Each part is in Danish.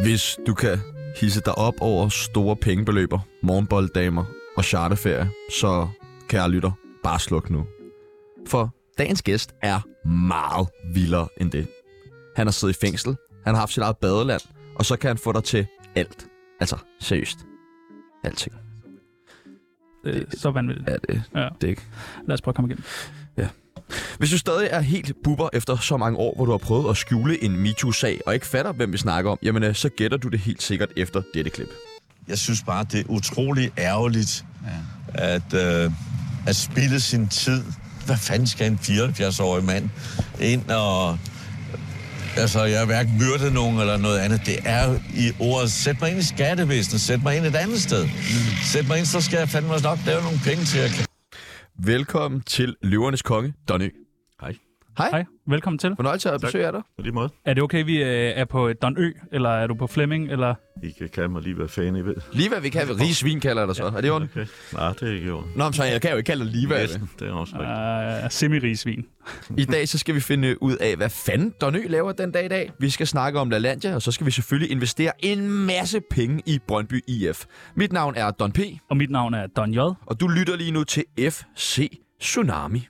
Hvis du kan hisse dig op over store pengebeløber, morgenbolddamer og charterferie, så kære lytter, bare sluk nu. For dagens gæst er meget vildere end det. Han har siddet i fængsel, han har haft sit eget badeland, og så kan han få dig til alt. Altså, seriøst. Alting. Det er så vanvittigt. Ja, det er ikke. Lad os prøve at komme igennem. Ja. Hvis du stadig er helt buber efter så mange år, hvor du har prøvet at skjule en MeToo-sag, og ikke fatter, hvem vi snakker om, jamen så gætter du det helt sikkert efter dette klip. Jeg synes bare, det er utrolig ærgerligt, at spilde sin tid. Hvad fanden skal en 74-årig mand ind og... Altså, jeg har hverken myrdet nogen eller noget andet. Det er i ordet, sæt mig ind i skattevæsenet, sæt mig ind et andet sted. Sæt mig ind, så skal jeg fandme nok lave nogle penge til at... Velkommen til Løvernes Konge, Don Ø. Hej. Hej, velkommen til. Fornøjelse at besøge jer der. På lige måde. Er det okay, vi er på Don Ø, eller er du på Flemming, eller... I kan kalde mig lige, hvad fanden I ved. Lige hvad vi kan. Rigsvin kalder det så. Er det jo? Okay. Nej, det er ikke jo. Nå, så jeg kan jo ikke kalde det lige hvad. Det er også rigtigt. Semi-rigsvin. I dag så skal vi finde ud af, hvad fanden Don Ø laver den dag i dag. Vi skal snakke om LaLandia, og så skal vi selvfølgelig investere en masse penge i Brøndby IF. Mit navn er Don P. Og mit navn er Don J. Og du lytter lige nu til FC Tsunami.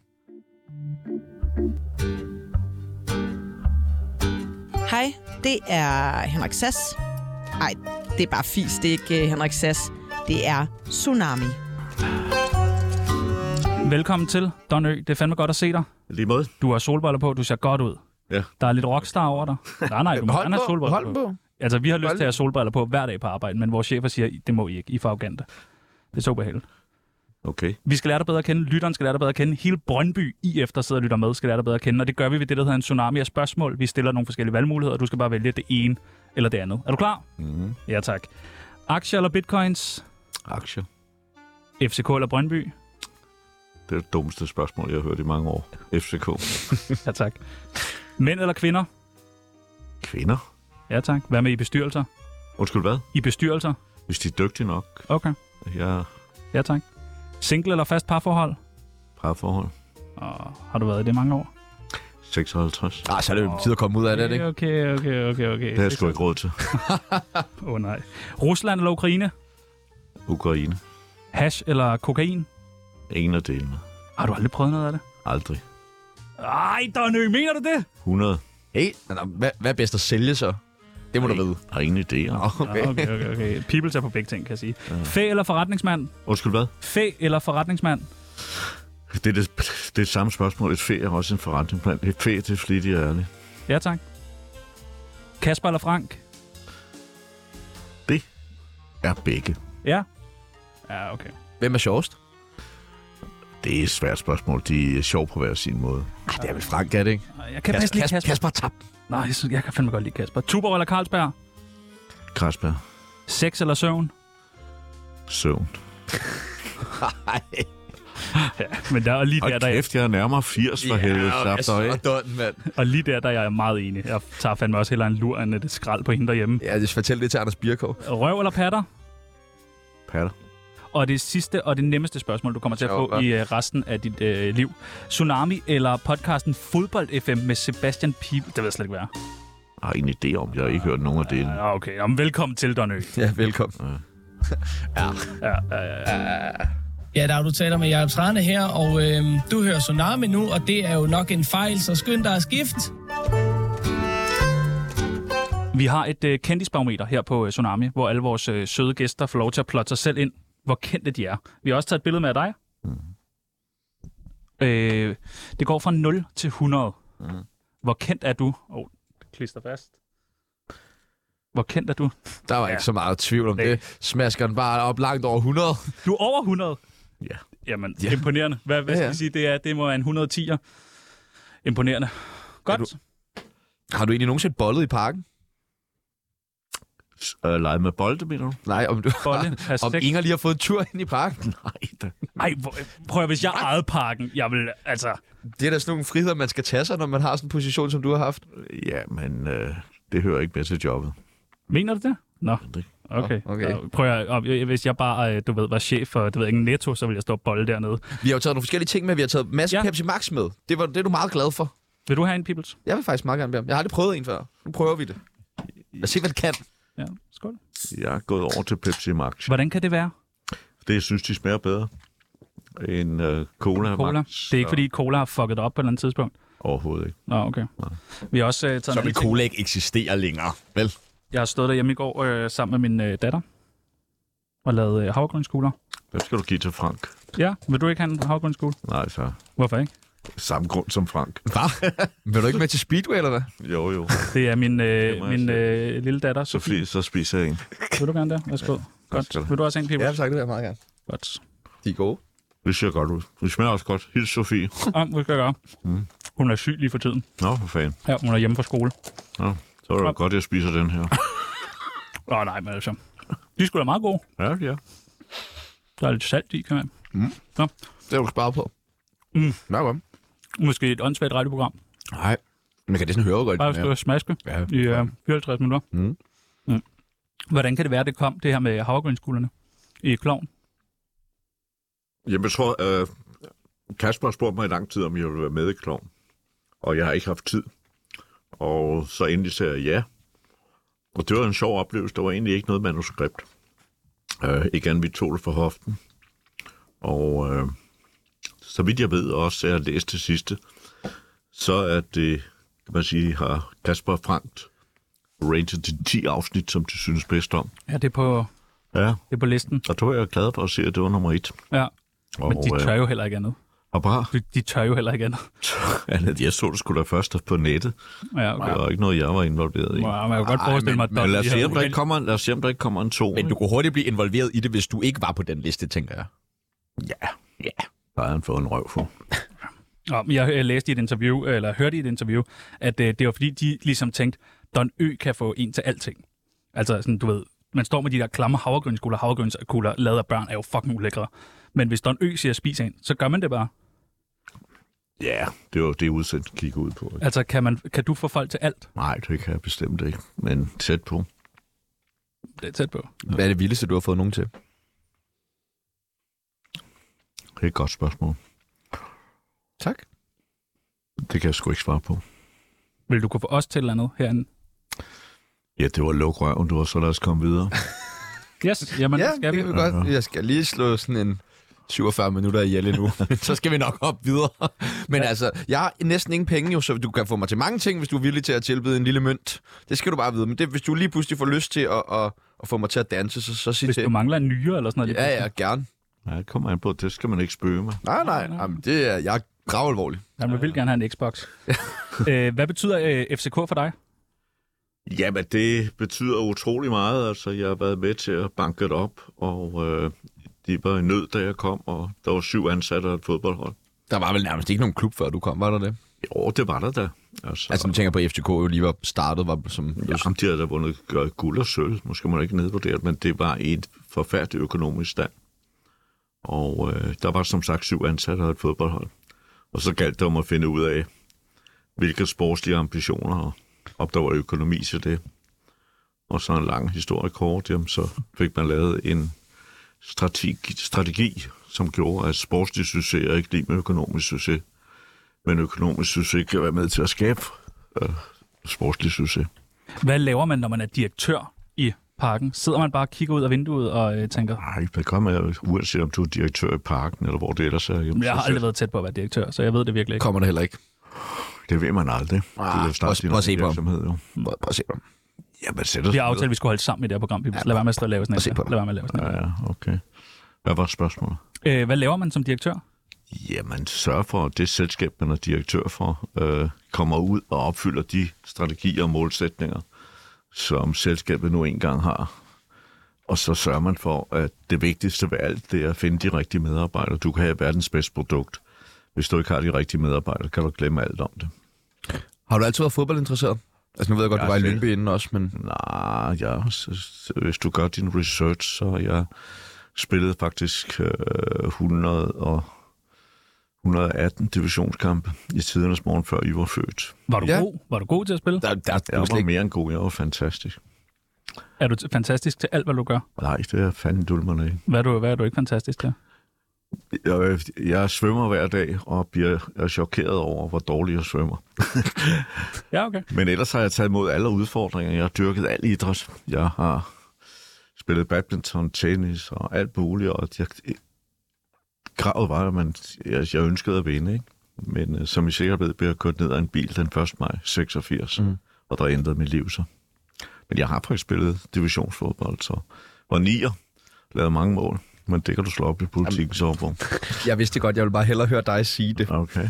Hej, det er Henrik Sass. Nej, det er bare fis, det er ikke Henrik Sass. Det er Tsunami. Velkommen til, Don Ø. Det er fandme godt at se dig. Lige måde. Du har solbriller på, du ser godt ud. Ja. Der er lidt rockstar over dig. Nej, du må gerne have solbriller på. Altså, vi har lyst til at have solbriller på hver dag på arbejde, men vores chefer siger, det må I ikke. I er for arrogante. Det er så behageligt. Okay. Vi skal lære dig bedre at kende. Lytteren skal lære dig bedre at kende. Hele Brøndby IF, der sidder og lytter med, skal lære dig bedre at kende. Og det gør vi ved det, der hedder en tsunami af spørgsmål. Vi stiller nogle forskellige valgmuligheder, og du skal bare vælge det ene eller det andet. Er du klar? Mm-hmm. Ja, tak. Aktier eller bitcoins? Aktier. FCK eller Brøndby? Det er det dummeste spørgsmål, jeg har hørt i mange år. FCK. Ja, tak. Mænd eller kvinder? Kvinder. Ja, tak. Hvad med i bestyrelser? Undskyld, hvad? I bestyrelser? Hvis de er dygtige nok. Okay. Ja, tak. Single eller fast parforhold? Parforhold. Og har du været i det mange år? 56. Så er det jo tid at komme ud af det, ikke? Okay. Det har jeg sgu ikke råd til. Nej. Rusland eller Ukraine? Ukraine. Hash eller kokain? En af delene. Har du aldrig prøvet noget af det? Aldrig. Ej, Donø, mener du det? 100. Hey, hvad er bedst at sælge så? Det må du vide. Har ingen idéer. Okay. People er på begge ting, kan jeg sige. Ja. Fæ eller forretningsmand? Undskyld, hvad? Fæ eller forretningsmand? Det er det samme spørgsmål. Et fæ er også en forretningsplan. Et fæ, det er flittigt og ærligt. Ja, tak. Kasper eller Frank? Det er begge. Ja? Ja, okay. Hvem er sjovest? Det er et svært spørgsmål. De er sjov på hver sin måde. Det er vel Frank, er det ikke? Jeg kan bedst lide Kasper. Kasper tab. Nej, jeg kan fandme godt lide Kasper. Tuborg eller Carlsberg? Carlsberg. Sex eller søvn? Søvn. Ja, men der er lige der, kæft, jeg er nærmere 80 for helvede. Og lige der er jeg meget enig. Jeg tager fandme også hellere en lur end et skrald på hende derhjemme. Ja, det fortæl det til Anders Birkov. Røv eller patter? Patter. Og det sidste og det nemmeste spørgsmål, du kommer til at få i resten af dit liv. Tsunami eller podcasten Fodbold FM med Sebastian Pibel? Det ved jeg slet ikke, hvad er. Jeg har ingen idé om, jeg har ikke hørt nogen af det. Okay, jamen, velkommen til, Don Ø. Ja, velkommen. Ja, der du taler med Jacob Trane her, og du hører Tsunami nu, og det er jo nok en fejl, så skynd dig at skifte. Vi har et kendisbarometer her på Tsunami, hvor alle vores søde gæster får lov til at plotte sig selv ind, hvor kendte de er. Vi har også taget et billede med af dig. Det går fra 0 til 100. Hvor kendt er du? Klister fast. Hvor kendt er du? Der var ikke så meget tvivl om det. Smasker den bare op langt over 100. Du er over 100? Ja. Jamen, imponerende. Hvad skal jeg sige? Det må være en 110'er. Imponerende. Godt. Har du egentlig nogensinde bollet i parken? Lege med bolde, mener du? Nej, om Inger lige har fået en tur ind i parken? Nej da. Ej, prøv at hvis jeg ejede parken, jeg vil, altså... Det er da sådan nogle friheder, man skal tage sig, når man har sådan en position, som du har haft. Ja, men det hører ikke med til jobbet. Mener du det? Nå, okay. Prøv at, hvis jeg bare, du ved, var chef for, du ved ikke, Netto, så ville jeg stå og bolle dernede. Vi har jo taget nogle forskellige ting med. Vi har taget masse Pepsi Max med. Det er du meget glad for. Vil du have en, Peoples? Jeg vil faktisk meget gerne være. Jeg har aldrig prøvet en før. Nu prøver vi det. Lad os se, hvad det kan. Ja, skål. Jeg er gået over til Pepsi Max. Hvordan kan det være? Det, jeg synes, de smager bedre end Cola Max. Det er ikke, fordi Cola har fucket op på et eller andet tidspunkt? Overhovedet ikke. Nå, okay. Vi har også taget Så vil Cola ikke eksistere længere, vel? Jeg har stået derhjemme i går sammen med min datter og lavet havregrynskugler. Det skal du give til Frank. Ja, vil du ikke have en havregrynskugle? Nej, så Hvorfor ikke? samme grund som Frank. Hvad? Vil du ikke med til Speedway, eller hvad? Jo. Det er min lille datter, Sofie. Så spiser jeg en. Vil du gerne det? Værsgo. Godt. Vil du også have en, Pibus? Ja, tak, det vil jeg meget gerne. Godt. De er gode. Det ser godt ud. Det smager også godt. Hils Sofie. Hvad skal jeg gøre? Hun er syg lige for tiden. Nå, for fanden. Ja, hun er hjemme fra skole. Nå, så er det godt, at jeg spiser den her. Nej, men altså. De skulle da meget gode. Ja. Der er lidt salt i, kan man. Så. Det har du sparet på. Nå, godt. Måske et åndssvagt radioprogram. Nej, man kan næsten høre godt. Bare skal smaske Ja. i 54 minutter. Hvordan kan det være, det kom, det her med havregrynskuglerne i Klovn? Jamen, jeg tror, Kasper har spurgt mig i lang tid, om jeg ville være med i Klovn. Og jeg har ikke haft tid. Og så endelig sagde jeg ja. Og det var en sjov oplevelse. Der var egentlig ikke noget manuskript. Ikke andet, vi tog det for hoften. Og så vidt jeg ved også, at jeg har læst det sidste, så er det, kan man sige, har Kasper og Frank rated de 10 afsnit, som de synes bedst om. Ja, det er på listen. Og då er jeg glad for at se, at det var nummer 1. Ja, og, men de tør jo heller ikke andet. Og bare? De tør jo heller ikke andet. Jeg så det sgu da først på nettet. Ja, okay. Det var ikke noget, jeg var involveret i. Man kan godt forestille mig, at men lad os se, om der ikke kommer en 2. Men du kunne hurtigt blive involveret i det, hvis du ikke var på den liste, tænker jeg. Ja. Der har han fået en røv for. Jeg læste i et interview, eller hørte i et interview, at det var fordi, de ligesom tænkte, Don Ø kan få en til alting. Altså sådan, du ved, man står med de der klamme havregrynskugler lavet af børn, er jo fucking ulækre. Men hvis Don Ø siger, spis en, så gør man det bare. Ja, det var det udsendt kigge ud på. Ikke? Altså, kan du få folk til alt? Nej, det kan jeg bestemt ikke, men tæt på. Det er tæt på. Hvad er det vildeste, du har fået nogen til? Det er et godt spørgsmål. Tak. Det kan jeg sgu ikke svare på. Vil du kunne få os til et eller andet herinde? Ja, det var luk røven, du var så lad os komme videre. Yes, jamen Ja, skal vi. det godt. Jeg skal lige slå sådan en 47 minutter ihjel nu. Så skal vi nok op videre. Men altså, jeg har næsten ingen penge jo, så du kan få mig til mange ting, hvis du er villig til at tilbyde en lille mønt. Det skal du bare vide. Men det, hvis du lige pludselig får lyst til at få mig til at danse, så sig hvis til. du mangler en nyre eller sådan noget. Ja, gerne. Ja, det kommer an på. Det skal man ikke spøge med. Nej. Jamen, det er, jeg er gravalvorlig. Jeg vil gerne have en Xbox. Hvad betyder FCK for dig? Jamen, det betyder utrolig meget. Altså, jeg har været med til at banke det op, og de var i nød, da jeg kom, og der var 7 ansatte af et fodboldhold. Der var vel nærmest ikke nogen klub, før du kom, var der det? Jo, det var der da. Altså, du tænker på, at FCK jo lige var startet, var som... Jamen, de havde da vundet guld og sølv. Måske må man ikke nedvurdere, men det var et forfærdeligt økonomisk stand. Og der var som sagt 7 ansatte af et fodboldhold. Og så galt det om at finde ud af, hvilke sportslige ambitioner og der var økonomi til det. Og så en lang historie kort, jamen, så fik man lavet en strategi, som gjorde, at sportslig succes er ikke lige med økonomisk succes. Men økonomisk succes kan være med til at skabe sportslig succes. Hvad laver man, når man er direktør i parken? Sidder man bare og kigger ud af vinduet og tænker... Nej, det kommer jo uanset om du er direktør i parken, eller hvor det ellers er. Jamen, jeg har aldrig været tæt på at være direktør, så jeg ved det virkelig ikke. Kommer det heller ikke. Det ved man aldrig. Prøv at se på ham. Prøv at se på ham. Jamen, vi har aftalt, at vi skulle holde sammen i det her program. Lad være med at lave sådan en. Lad være med at lave sådan en. Ja, okay. Hvad var spørgsmålet? Hvad laver man som direktør? Jamen, sørg for, at det selskab, man er direktør for, kommer ud og opfylder de strategier og målsætninger, som selskabet nu engang har. Og så sørger man for, at det vigtigste ved alt, det er at finde de rigtige medarbejdere. Du kan have verdens bedste produkt. Hvis du ikke har de rigtige medarbejdere, kan du glemme alt om det. Har du altid været fodboldinteresseret? Altså, nu ved jeg godt, du var i Lyngby inden også, men... Nej, ja, hvis du gør din research, så jeg spillede faktisk 118 divisionskampe i tidernes morgen, før I var født. Var du god? Var du god til at spille? Jeg var mere end god. Jeg var fantastisk. Er du fantastisk til alt, hvad du gør? Nej, det er fandme dulmerne ikke. Hvad er du ikke fantastisk til? Jeg svømmer hver dag, og er chokeret over, hvor dårligt jeg svømmer. Ja, okay. Men ellers har jeg taget imod alle udfordringer. Jeg har dyrket al idræt. Jeg har spillet badminton, tennis og alt muligt, og kravet var, at jeg ønskede at vinde, ikke? Men som I sikkert ved, blev jeg kørt ned af en bil den 1. maj 86, og der ændrede mit liv så. Men jeg har faktisk spillet divisionsfodbold, så var 9'er, lavet mange mål. Men det kan du slå op i politikens årbog. Jeg vidste godt, jeg ville bare hellere høre dig sige det. Okay.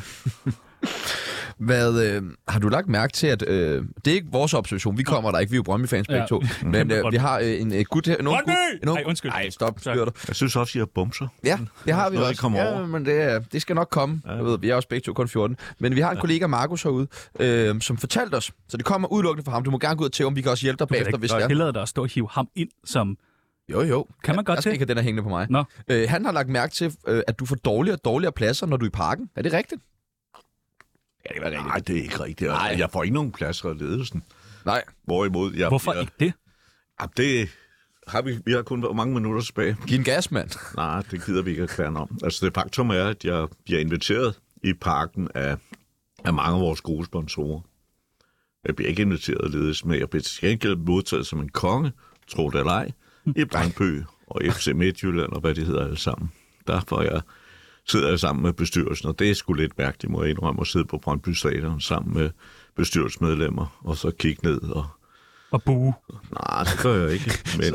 Har du lagt mærke til, at det er ikke vores observation, vi kommer der ikke, vi er jo Brøndby-fans begge to, men vi har en gut her... Nej, undskyld. Nej, stop, styr dig. Jeg synes også, I har bumser. Ja, det har vi noget, også. Ja, men det skal nok komme. Ja. Jeg ved, vi er også begge to kun 14. Men vi har en kollega, Markus, herude, som fortalte os, så det kommer udelukkende fra ham. Du må gerne gå ud og tæve, om vi kan også hjælpe dig bagefter, hvis det er. Hellere dig at stå og hive ham ind som... Jo. Kan man godt til? Jeg skal ikke have den her hængende på mig. Nå. Han har lagt mærke til, at du får dårligere og dårligere pladser, når du er i parken. Er det rigtigt? Ja, det var rigtigt. Nej, det er ikke rigtigt. Nej. Jeg får ikke nogen pladser i ledelsen. Nej. Hvorimod Hvorfor ikke det? Ja, det har vi har kun mange minutter tilbage. Giv en gas, mand. Nej, det gider vi ikke at kværne om. Altså, det faktum er, at jeg bliver inviteret i parken af mange af vores gode sponsorer. Jeg bliver ikke inviteret af ledelsen, men jeg bliver til gengæld modtaget som en konge, tro det eller ej, i Brøndby og FC Midtjylland og hvad det hedder alle sammen. Derfor sidder jeg sammen med bestyrelsen, og det er sgu lidt mærkeligt, må jeg indrømme, at sidde på Brøndby Stadion sammen med bestyrelsesmedlemmer, og så kigge ned og buge. Nej, det gør jeg ikke. Men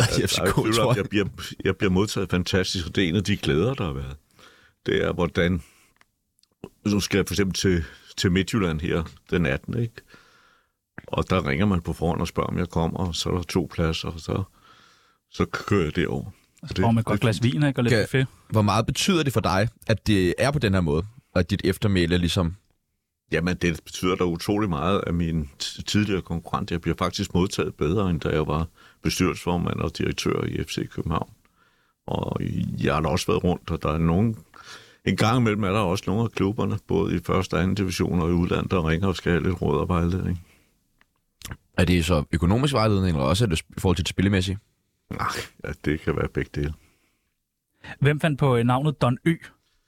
jeg bliver modtaget fantastisk, og det er en af de glæder, der har været. Det er, hvordan... Nu skal jeg for eksempel til Midtjylland her den 18. ikke? Og der ringer man på forhånd og spørger, om jeg kommer, og så er der 2 pladser, og så kører jeg derover. Så får man et godt glas vin, ikke? Og lidt buffet. Hvor meget betyder det for dig, at det er på den her måde, og at dit eftermæle ligesom... Jamen, det betyder da utrolig meget af min tidligere konkurrent. Jeg bliver faktisk modtaget bedre, end da jeg var bestyrelsesformand og direktør i FC København. Og jeg har da også været rundt, og der er nogen... En gang imellem er der også nogle af klubberne, både i første og anden division og i udlandet, der ringer og skal have lidt råd og vejledning. Er det så økonomisk vejledning, eller også er det i forhold til det spillemæssige? Nej, ja, det kan være begge dele. Hvem fandt på navnet Don Ø?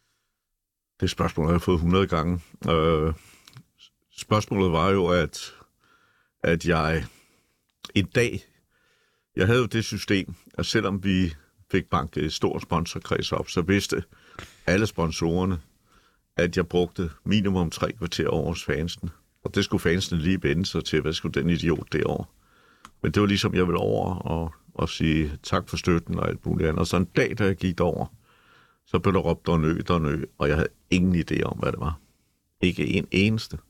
Det spørgsmål har jeg fået 100 gange. Spørgsmålet var jo, at jeg en dag... Jeg havde jo det system, at selvom vi fik banket et stort sponsorkreds op, så vidste alle sponsorerne, at jeg brugte minimum 3 kvarter over hos fansene. Og det skulle fansene lige vende sig til, hvad skulle den idiot derovre. Men det var ligesom, jeg ville over og sige tak for støtten og alt muligt andet. Og så en dag, da jeg gik over, så blev der råbt Don Ø, og jeg havde ingen idé om, hvad det var. Ikke en eneste.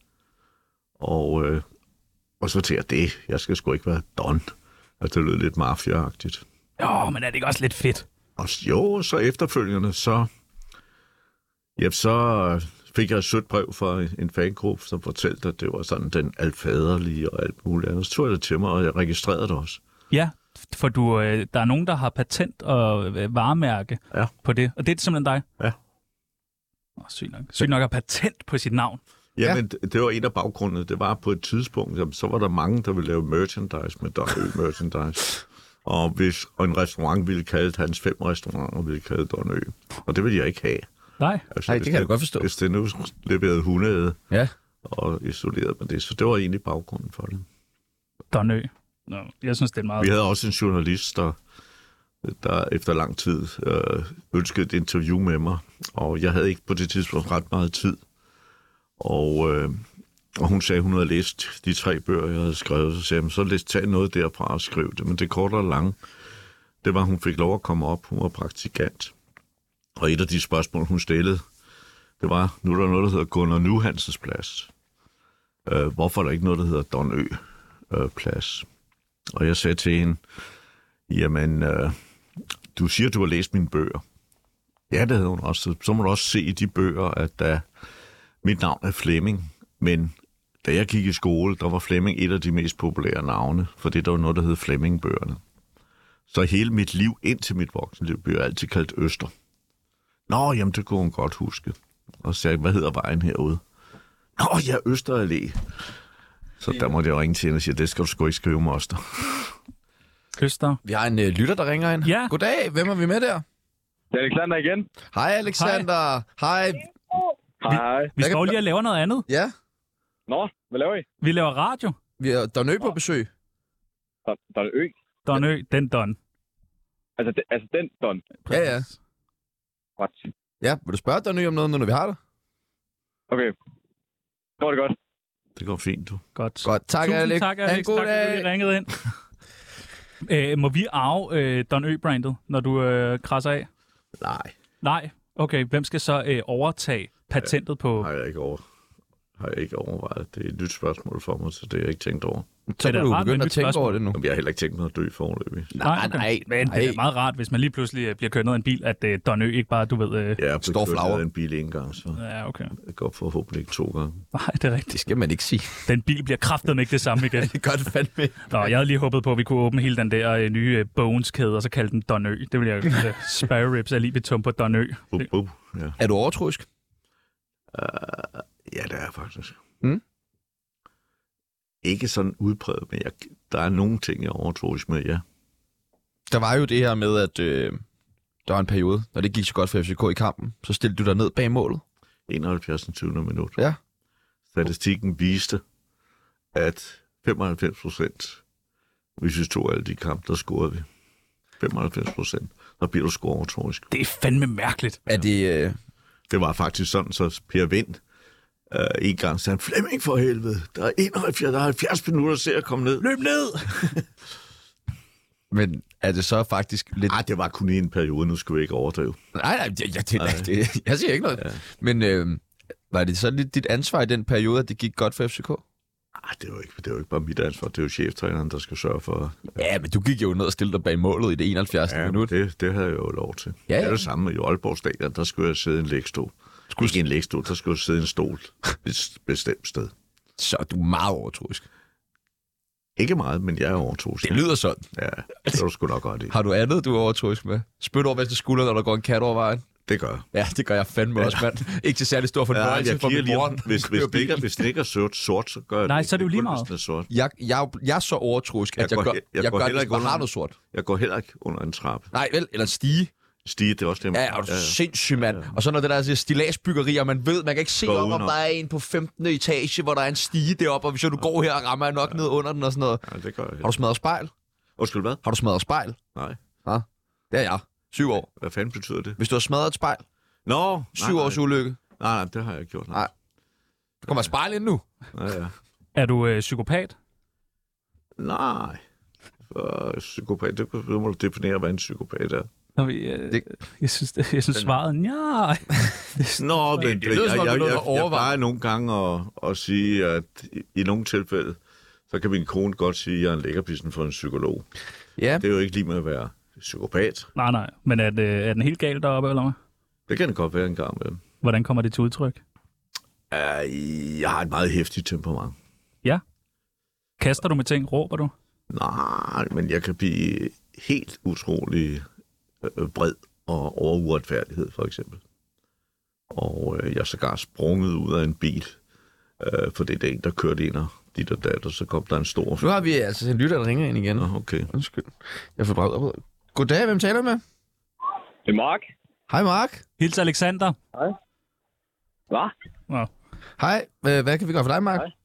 Og så tænkte jeg skal sgu ikke være Don. Altså, det lød lidt mafia-agtigt. Jo, men er det ikke også lidt fedt? Og så efterfølgende, så fik jeg et sødt brev fra en fangruppe, som fortalte, at det var sådan den altfaderlige og alt muligt andet. Så tog jeg det til mig, og jeg registrerede det også. Ja, for der er nogen, der har patent og varemærke på det, og det er simpelthen dig? Ja. Sygt nok. Sygt nok at have patent på sit navn. Ja, men det var en af baggrundene. Det var på et tidspunkt, så var der mange, der ville lave merchandise med Don Ø merchandise. Og en restaurant ville kalde hans 5 restauranter, ville kalde Don Ø. Og det ville jeg ikke have. Nej, altså, det kan jeg godt forstå. Hvis det nu leverede hundeæde og isolerede med det, så det var egentlig baggrunden for det. Don Ø. No, jeg synes, det er meget... Vi havde også en journalist, der efter lang tid ønskede et interview med mig, og jeg havde ikke på det tidspunkt ret meget tid. Og hun sagde, hun havde læst de 3 bøger, jeg havde skrevet, så sagde hun, så tag noget derfra og skriv det. Men det korte og lange, det var, at hun fik lov at komme op. Hun var praktikant. Og et af de spørgsmål, hun stillede, det var, nu er der noget, der hedder Gunnar Nuhansens plads. Hvorfor er der ikke noget, der hedder Don Ø plads? Og jeg sagde til hende, jamen, du siger, du har læst mine bøger. Ja, det havde hun også. Så må du også se i de bøger, at mit navn er Flemming. Men da jeg gik i skole, der var Flemming et af de mest populære navne, for det der var noget, der hed Flemming-bøgerne. Så hele mit liv, indtil mit voksenliv, blev jeg altid kaldt Øster. Nå, jamen, det kunne hun godt huske. Og så sagde jeg, hvad hedder vejen herude? Nå, ja, Øster Allé. Så der måtte jeg ringe til hende og sige, det skal du sgu ikke skrive, moster. Øster. Vi har en lytter, der ringer ind. Ja. Goddag, hvem er vi med der? Det er Alexander igen. Hej, Alexander. Hej. Hej. Vi skal jo lige lave noget andet. Ja, Nå, hvad laver I? Vi laver radio. vi er Donø på besøg. Der er ø. Don Ø, den Don. Altså den Don. Ja. What? Ja, vil du spørge Donø om noget, når vi har det? Okay. Går det godt? Det går fint, du. Godt. Godt. Tak, Tusind Alex. tak, Ha' en Alex. god Tak, fordi dag. du ringede ind. Må vi arve Don Ø-brandet, når du krasser af? Nej, Nej. Okay, hvem skal så overtage patentet på... har jeg ikke overvejet. Det er et nyt spørgsmål for mig, så det har jeg ikke tænkt over. Så Det er kan du da rart med begynde et at nyt tænke spørgsmål. over det nu. Jamen, jeg har heller ikke tænkt mig at dø foreløbig. Nej. Men det er meget rart, hvis man lige pludselig bliver kørt ned af en bil, at Don Ø ikke bare, du ved... Jeg er Står blevet flagre. kørt en bil en gang, så Ja, okay. det går forhåbentlig ikke 2 gange. Nej, det er rigtigt. Det skal man ikke sige. Den bil bliver kraftedeme ikke det samme igen. Det gør det fandme. Nå, jeg havde lige håbet på, at vi kunne åbne hele den der nye Bones-kæde, og så kalde den Don Ø. Det vil jeg spare ribs af lige betum på Don Ø. Ja. Er du overtroisk? Ja, det er faktisk. Mm. Ikke sådan udpræget, men der er nogle ting, jeg overtroisk med, ja. Der var jo det her med, at der var en periode, når det gik så godt for FCK i kampen, så stillede du dig ned bag målet. 71. 20. minut. Ja. Statistikken viste, at 95%, hvis vi tog alle de kampe, der scorede vi. 95%, der bliver du scoret overtroisk. Det er fandme mærkeligt. Er det... Det var faktisk sådan, så Per Vind en gang sagde, Flemming for helvede, der er 70 minutter til at komme ned. Løb ned! Men er det så faktisk lidt... Nej, det var kun i en periode, nu skal vi ikke overdrive. Nej, jeg siger ikke noget. Ja. Men var det så lidt dit ansvar i den periode, at det gik godt for FCK? Nej, det er jo ikke bare mit ansvar, det er jo cheftræneren, der skal sørge for... Ja, men du gik jo ned og stillede dig bag målet i det 71. minut. Det havde jeg jo lov til. Ja, Det er det samme i Aalborg Stadion, der skulle jeg sidde i en lægstol. Ikke en lægstol, der skulle jeg sidde i en stol et bestemt sted. Så er du meget overtroisk. Ikke meget, men jeg er overtroisk. Det lyder sådan. Ja, det er du sgu nok godt i. Har du andet, du er overtroisk med? Spyt over venstre skulder, når der går en kat over vejen? Det gør jeg. Ja, det gør jeg fandme også, mand. Ikke til særlig stor fornøjelse for min bror. Hvis det ikke er sort, så gør jeg Nej, det. så er det jo lige meget. Kun, hvis det er sort. Jeg er så overtroisk, at jeg gør det, hvis man har noget sort. Jeg går heller ikke under en trappe. Nej, vel? Eller stige. Stige, det er også det. Ja, og du er sindssyg, mand. Og så når det der er stilladsbyggeri, og man ved, man kan ikke se op, om der er en på 15. etage, hvor der er en stige deroppe, og hvis du går her og rammer jeg nok ned under den og sådan noget. Nej, det gør jeg. Har du smadret spejl? Undskyld, hvad? Har du smadret spejl? Nej. Ja, det er jeg. 7 år. Hvad fanden betyder det? Hvis du har smadret et spejl, Nå, 7 års ulykke. Nej, det har jeg ikke gjort. Nej. Der kommer spejl ind nu. Ja. Er du psykopat? Nej. Psykopat, det må du definere, hvad en psykopat er. Jeg synes svaret nej. Nå, men det lyder som om, jeg du nåede at overveje. plejer nogle gange at sige, at i nogle tilfælde, så kan min kone godt sige, at jeg er en lækkerbissen for en psykolog. Ja. Det er jo ikke lige med at være psykopat. Nej. Men er den helt galt deroppe, eller hvad? Det kan det godt være en gang med. Hvordan kommer det til udtryk? Jeg har et meget hæftigt temperament. Ja. Kaster du med ting? Råber du? Nej, men jeg kan blive helt utrolig bred og over uretfærdighed, for eksempel. Og jeg er sågar sprunget ud af en bil, for det er en, der kørte ind og dit og dat, og så kom der en stor... Nu har vi altså en lytter, der ringer ind igen. Nå, okay. Undskyld. Jeg får brevet op. Goddag, hvem taler du med? Det er Mark. Hej, Mark. Hils Alexander. Hej. Hvad? Nå. Hej. Hvad kan vi gøre for dig, Mark? Hej.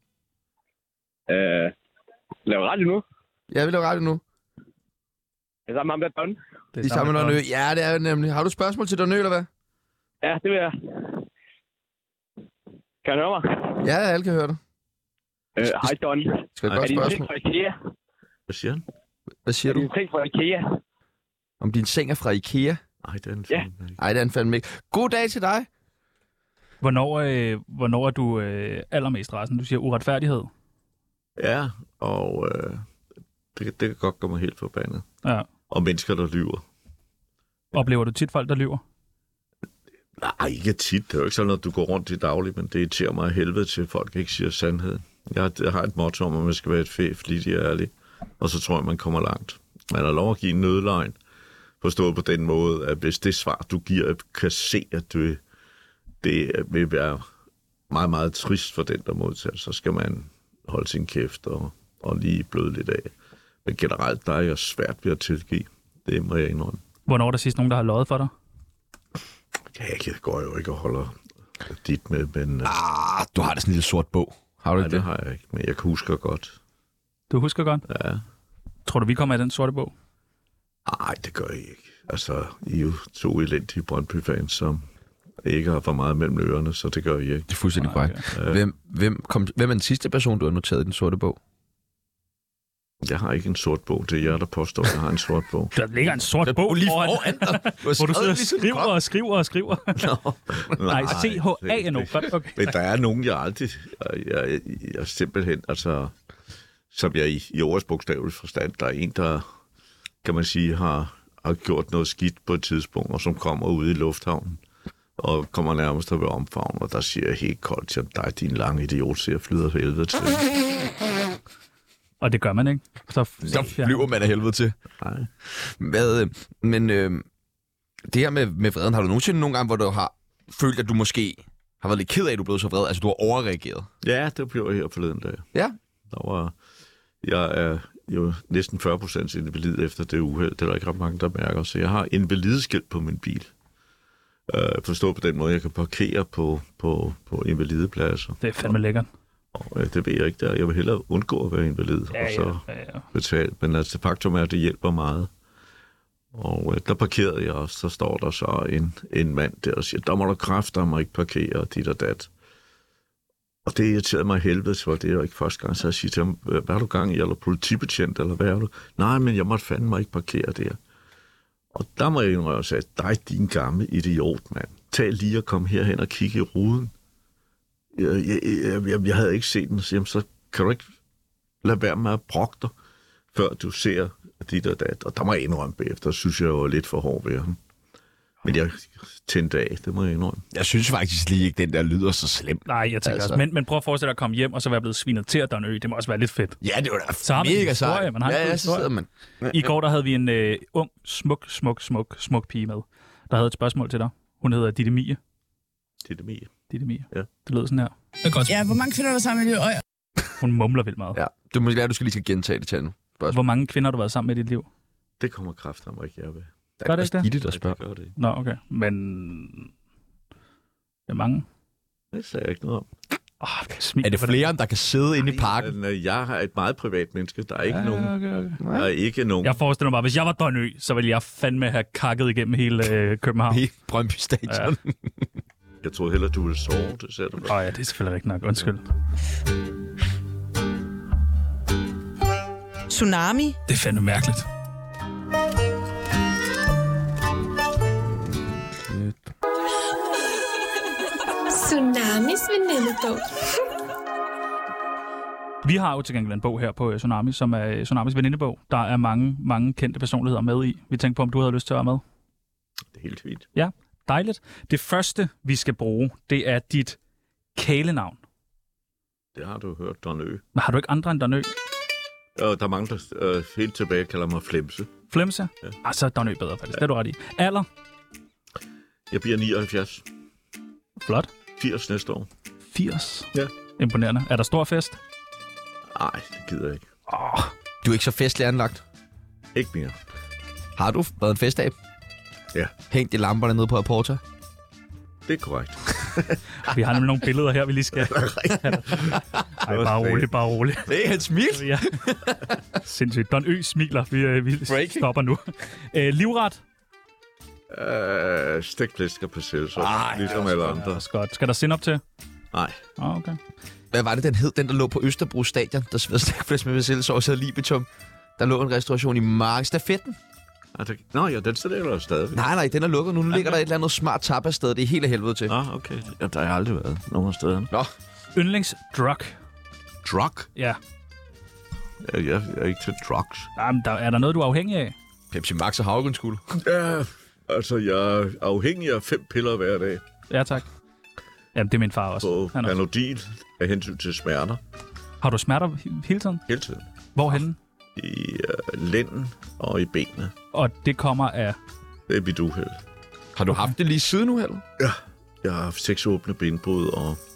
Laver radio nu? Ja, vi laver radio nu. Jeg er sammen med ham der Don. De sammen med Donø. Ja, det er det nemlig. Har du spørgsmål til Donø, eller hvad? Ja, det vil jeg. Kan du høre mig? Ja, alle kan høre dig. Hej Don. Skal jeg Er godt din ting spørgsmål? fra IKEA? Hvad siger han? Hvad siger Er din du? ting fra IKEA? Om din seng er fra IKEA? Nej, det er en Ja. film. Nej, det er en fandme ikke. God dag til dig. Hvornår er du allermest rasende? Du siger uretfærdighed. Ja, og det kan godt gøre mig helt forbandet. Ja. Og mennesker, der lyver. Oplever du tit folk, der lyver? Nej, ikke tit. Det er jo ikke sådan, at du går rundt i daglig, men det irriterer mig af helvede til, at folk ikke siger sandheden. Jeg har et motto om, at man skal være et flittig og ærlig, og så tror jeg, man kommer langt. Man har lov at give en nødløgn, forstået på den måde, at hvis det svar, du giver, kan se, at det vil være meget, meget trist for den, der modtager, så skal man holde sin kæft og lige bløde lidt af. Men generelt, der er jeg svært ved at tilgive. Det må jeg indrømme. Hvornår er der sidst nogen, der har løjet for dig? Ja, jeg går jo ikke og holder dit med, men... Du har da sådan en lille sort bog. Har du nej, ikke det har jeg ikke, men jeg husker godt. Du husker godt? Ja. Tror du, vi kommer i den sorte bog? Nej, det gør jeg ikke. Altså, I er jo 2 elendige Brøndby-fans, som ikke har for meget mellem ørerne, så det gør I ikke. Det er fuldstændig korrekt. Hvem er den sidste person, du har noteret i den sorte bog? Jeg har ikke en sort bog. Det er jeg, der påstår, at jeg har en sort bog. Der ligger en sort bog lige foran dig, hvor du sidder og skriver. Nej, CHA nu. Okay. Men der er nogen, jeg aldrig... Jeg simpelthen, altså... Som jeg i ordets bogstavelig forstand, der er en, der, kan man sige, har gjort noget skidt på et tidspunkt, og som kommer ud i lufthavnen, og kommer nærmest at være omfavnet, og der siger jeg helt koldt til ham, dig, din lange idiot, så jeg flyder for helvede til. Og det gør man ikke. Så flyver man af helvede til. Nej. Men det her med vreden, har du nogensinde nogle gange, hvor du har følt, at du måske har været lidt ked af, at du blev så vred? Altså, du har overreageret? Ja, det blev jeg her forleden dag. Ja. Jeg er jo næsten 40% invalid efter det uheld. Det er der ikke ret mange, der mærker. Så jeg har invalideskilt på min bil. Forstå på den måde, jeg kan parkere på invalidepladser. Det er fandme lækkert. Og det ved jeg ikke der. Jeg vil hellere undgå at være invalid, og så betale. Men altså, faktum er, at det hjælper meget. Og der parkerede jeg også. Så står der så en mand der og siger, der må du kræfter mig ikke parkere, og dit og dat. Og det irriterede mig helvede, for det er jo ikke første gang, så jeg siger til ham, hvad har du gang i, eller politibetjent, eller hvad er du? Nej, men jeg måtte fandme ikke parkere der. Og der må jeg indrømme og sige, dig din gamle idiot, mand. Tag lige og kom herhen og kigge i ruden. Jeg havde ikke set den, så kan du ikke lade være med at brokke dig, før du ser dit og dat. Og der må jeg indrømme bagefter, synes jeg var lidt for hård ved ham. Men jeg tændte af, det må jeg indrømme. Jeg synes faktisk lige ikke, den der lyder så slemt. Nej, jeg tænker også. Men prøv at forestille dig at komme hjem, og så være blevet svinet til at Don Ø. Det må også være lidt fedt. Ja, det var da så har mega sejt. Ja, så sidder man. I går der havde vi en ung, smuk pige med, der havde et spørgsmål til dig. Hun hedder Ditte Mie. Ditte Mie? Ditte Mie. Ja. Det lød sådan her. Det er godt. Ja, hvor mange kvinder har du sammen med i dit Hun mumler vildt meget. Ja, det må være, du skal lige gentage det til nu. Hvor mange kvinder har du været sammen med i dit liv? Det kommer kræfter mig ikke, jeg ved. Gør det ikke det? Der spørger. Det gør det. Nå, okay. Men... Det er mange. Det sagde jeg ikke noget om. Er det flere, der kan sidde inde i parken? Men jeg har et meget privat menneske. Der er ikke nogen. Okay. Der er ikke nogen. Jeg forestiller mig, hvis jeg var Don Ø, så ville jeg fandme have kakket igennem hele København. Hele Brøndby Stadion. Ja. Jeg troede heller, du ville sove. Det sagde du. Ja, det er selvfølgelig ikke nok. Undskyld. Tsunami. Det er fandme mærkeligt. Tsunamis venindebog. Vi har jo til gengæld en bog her på Tsunami, som er Tsunamis venindebog. Der er mange kendte personligheder med i. Vi tænkte på, om du havde lyst til at være med. Det er helt fint. Ja, dejligt. Det første, vi skal bruge, det er dit kælenavn. Det har du hørt, Don Ø. Men har du ikke andre end Don Ø? Der er mange, der helt tilbage kalder mig Flemse. Flemse? Ja. Så er Don Ø bedre faktisk. Ja. Det er du ret i. Alder? Jeg bliver 79. Flot. 80 næste år. 80? Ja. Imponerende. Er der stor fest? Nej, det gider jeg ikke. Du er ikke så festlig anlagt. Ikke mere. Har du været en festab? Ja. Hængt de lamperne nede på Aporta? Det er korrekt. Vi har nemlig nogle billeder her, vi lige skal... Ej, bare roligt. Det er hans smil. Ja. Sindssygt. Don Ø smiler. Vi stopper nu. Livret? Stikflæsk og persillesauce, ligesom alle andre. Godt. Skal der sind op til? Nej. Okay. Hvad var det, den hed? Den, der lå på Østerbro Stadion, der smed stikflæsk med persillesauce og libitum. Der lå en restauration i Mark. Stafetten? Nå ja, den står der stadigvæk. Nej, den er lukket nu. Nu ligger der et eller andet smart tapasted. Det er helt af helvede til. Okay. Ja, der har jeg aldrig været nogen af stederne. Nå. Yndlingsdrug? Drug? Ja. Jeg er ikke til drugs. Jamen, er der noget, du er afhængig af? Pepsi Max og havregrynskuld. Ja, altså jeg er afhængig af 5 piller hver dag. Ja, tak. Jamen, det er min far også. På Panodil af hensyn til smerter. Har du smerter hele tiden? Hele tiden. Hvorhenne? I lænden og i benene. Og det kommer af? Det er mit uheld. Har du haft det lige siden uheldet? Ja. Jeg har haft 6 åbne benbrud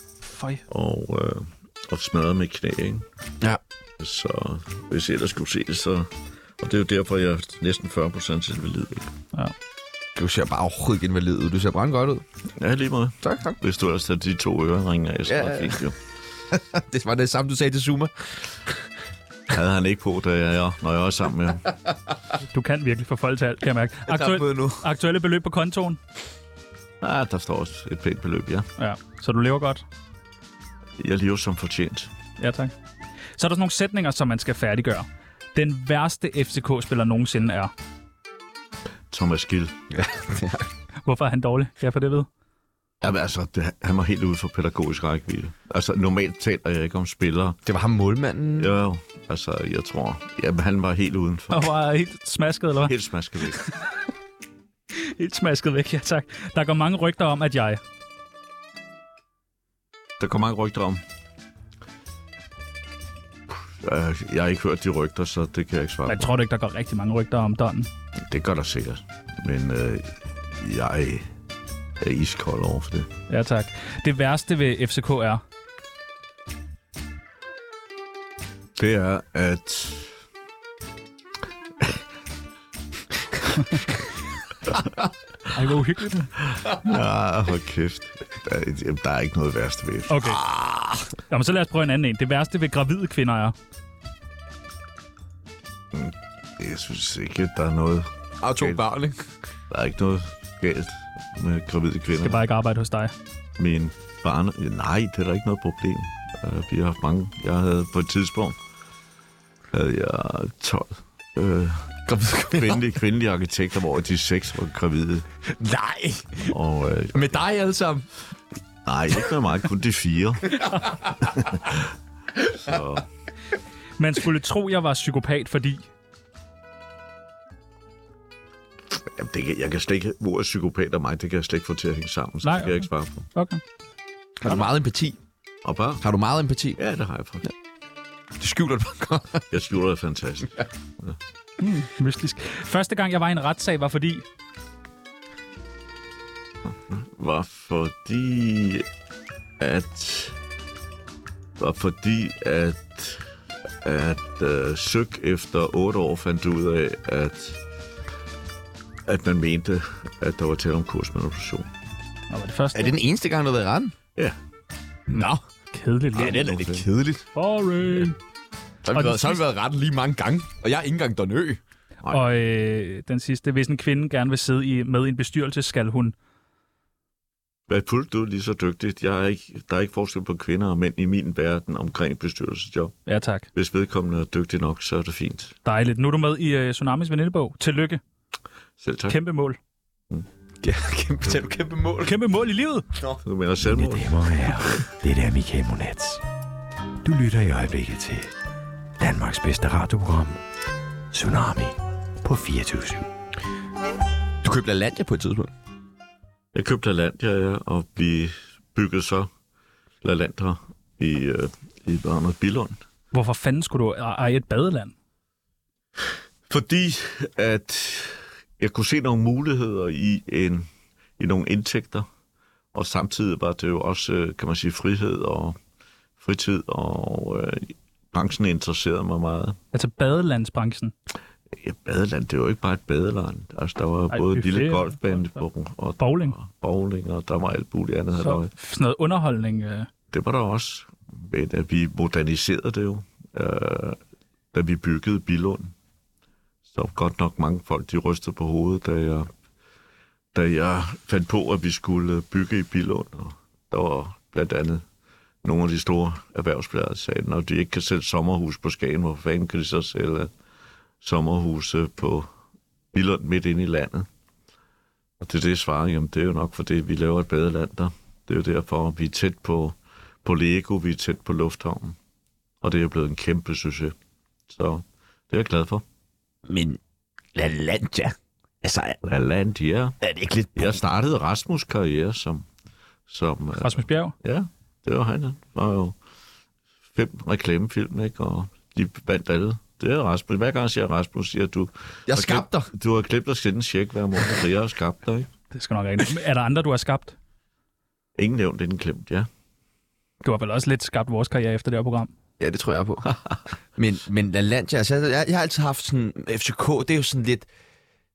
og smadret med knæ, ikke? Ja. Så hvis jeg ellers skulle se det, så... Og det er jo derfor, jeg er næsten 40% invalid. Ja. Du ser bare overhovedet ikke invalid ud. Du ser brændt godt ud. Ja, lige måde. Tak. Hvis du ellers tager de 2 øreringer af, så var det fint jo. Det var det samme, du sagde til Zuma. Havde han ikke på, når jeg var sammen med ham. Du kan virkelig få folk til alt, kan jeg mærke. Aktuelle beløb på kontoen? Ja, der står også et pænt beløb, ja. Ja, så du lever godt? Jeg lever som fortjent. Ja, tak. Så er der sådan nogle sætninger, som man skal færdiggøre. Den værste FCK-spiller nogensinde er? Thomas Gill. Ja. Hvorfor er han dårlig? Kan jeg få det ved? Jamen altså, han var helt ude for pædagogisk rækkevidde. Altså, normalt taler jeg ikke om spillere. Det var ham målmanden. Jo, altså, jeg tror... Jamen, han var helt udenfor. Og var helt smasket, eller hvad? Helt smasket væk. Helt smasket væk, ja tak. Der går mange rygter om, at jeg... Der går mange rygter om. Jeg har ikke hørt de rygter, så det kan jeg ikke svare på. Jeg tror ikke, der går rigtig mange rygter om Donnen. Det gør der sikkert. Men jeg er iskold over for det. Ja, tak. Det værste ved FCK er? Det er, at... Ej, hvor uhyggeligt. Ja, hold kæft. Der er ikke noget værste ved FCK. Okay. Jamen, så lad os prøve en anden en. Det værste ved gravide kvinder er? Jeg synes ikke, der er noget... Og 2 børn, ikke? Der er ikke noget galt med gravide kvinder. Skal bare ikke arbejde hos dig. Min barn... Nej, det er der ikke noget problem. Vi har haft mange. Jeg havde på et tidspunkt... Havde jeg 12 kvindelige arkitekter, hvor de 6 var gravide. Nej! Og, med dig alle sammen? Nej, ikke med mig. Kun de 4. Så... Man skulle tro, jeg var psykopat, fordi... Jamen, jeg kan slet ikke... Hvor er psykopat og mig? Det kan jeg slet ikke få til at hænge sammen. Så Nej, det kan jeg ikke svare på. Okay. Har du meget empati? Og bare? Har du meget empati? Ja, det har jeg faktisk. Du skjuler det bare godt. Jeg skjuler det fantastisk. Ja. Mystisk. Første gang, jeg var i en retssag, var fordi... at Søg efter 8 år fandt ud af, at man mente, at der var tale om kursmanipulation. Nå, var det første? Er det den eneste gang, du har været i retten? Ja. Nå. Kedeligt. Ja, det er lidt kedeligt. Boring. Så har vi været i retten lige mange gange, og jeg er ikke engang Donø. Og den sidste, hvis en kvinde gerne vil sidde med i en bestyrelse, skal hun... Hvad fuldt du lige så dygtigt? Der er ikke forskel på kvinder og mænd i min verden omkring bestyrelsesjob. Ja, tak. Hvis vedkommende er dygtig nok, så er det fint. Dejligt. Nu er du med i Tsunamis venindebog. Tillykke. Selv tak. Kæmpe mål. Ja, kæmpe mål. Kæmpe mål i livet. Du mener selvmål? Mine damer og herrer, det er Michael Monats. Du lytter i øjeblikket til Danmarks bedste radioprogram, Tsunami på 24/7. Du købte LaLandia på et tidspunkt? Jeg købte LaLandia, ja, og vi byggede så LaLandia i Billund. Hvorfor fanden skulle du eje et badeland? Fordi at jeg kunne se nogle muligheder i nogle indtægter, og samtidig var det jo også, kan man sige, frihed og fritid, og branchen interesserede mig meget. Altså badelandsbranchen? Ja, badeland, det var jo ikke bare et badeland. Altså, der var både en lille golfbane og bowling, og der var alt muligt andet. Så sådan noget underholdning? Det var der også. Men at vi moderniserede det jo, da vi byggede Billund. Så godt nok mange folk, de rystede på hovedet, da jeg fandt på, at vi skulle bygge i Billund. Og der var blandt andet nogle af de store erhvervsblader, der sagde, når de ikke kan sælge sommerhus på Skagen, hvor fanden kan de så sælge sommerhuse på Billund midt inde i landet? Og det er det, svarer, jamen det er jo nok fordi, vi laver et badeland der. Det er jo derfor, vi er tæt på Lego, vi er tæt på lufthavnen. Og det er jo blevet en kæmpe succes. Så det er jeg glad for. Men LaLandia? Altså, LaLandia? Er det ikke lidt... Jeg startede Rasmus' karriere som Rasmus Bjerg? Ja, det var han. Det var jo 5 reklamefilm, ikke? Og de vandt alle. Det er Rasmus. Hver gang jeg siger Rasmus, siger du... Jeg skabte dig. Du har glemt at sende en check hver måned, så jeg har skabt dig, ikke? Det skal nok rigtigt. Er der andre, du har skabt? Ingen nævnt, inden glemt, ja. Du har vel også lidt skabt vores karriere efter det her program? Ja, det tror jeg på. men LaLandia, altså, jeg har altid haft sådan... FCK, det er jo sådan lidt...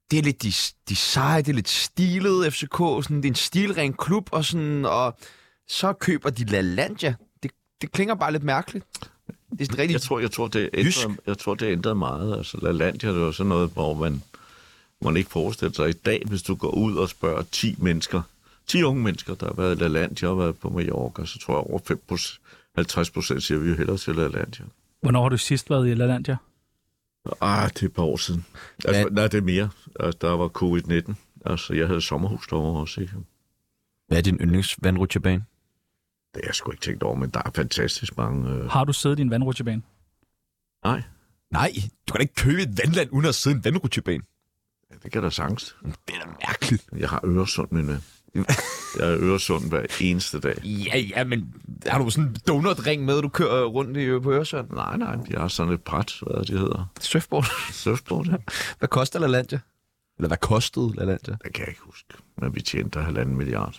det er lidt de seje, det er lidt stilet FCK, sådan, det er en stilren klub, og så køber de LaLandia. Det klinger bare lidt mærkeligt. Det er sådan rigtig jeg tror, det ændrede meget. Altså, LaLandia, det var sådan noget, hvor man ikke forestiller sig i dag, hvis du går ud og spørger 10 unge mennesker, der har været i LaLandia og været på Mallorca, så tror jeg over 50% siger vi jo hellere til LaLandia. Hvornår har du sidst været i LaLandia? Det er et par år siden. Altså, nej, det er mere. Altså, der var covid-19. Altså, jeg havde sommerhus derovre også, ikke? Hvad er din yndlingsvandrutsjebane? Det har jeg sgu ikke tænkt over, men der er fantastisk mange... Har du siddet i en vandrutsjebane? Nej. Nej, du kan da ikke købe et vandland uden at sidde i en vandrutsjebane. Ja, det kan da sagtens. Det er da mærkeligt. Jeg har Øresund, min ven. Jeg har Øresund hver eneste dag. Ja, men har du sådan en donutring med, du kører rundt på Øresund? Nej, jeg har sådan et bræt, hvad det hedder. Surfboard, ja. Hvad koster LaLandia? Eller hvad kostede LaLandia? Det kan jeg ikke huske, men vi tjente 1,5 milliard.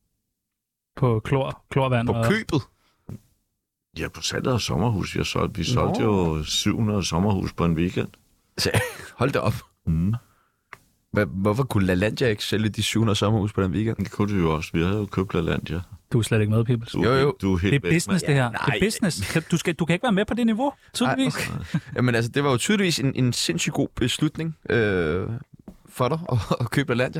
På klorvand? På købet? Ja, på salget af sommerhus. Vi solgte jo 700 sommerhus på en weekend. Hold da op. Hvorfor kunne LaLandia ikke sælge de 700 sommerhus på den weekend? Det kunne du jo også. Vi havde jo købt LaLandia. Du er slet ikke med, Pibels. Jo. Du er helt det er business, det her. Det er business. Du kan ikke være med på det niveau, tydeligvis. Okay. Jamen altså, det var jo tydeligvis en sindssygt god beslutning for dig at købe LaLandia.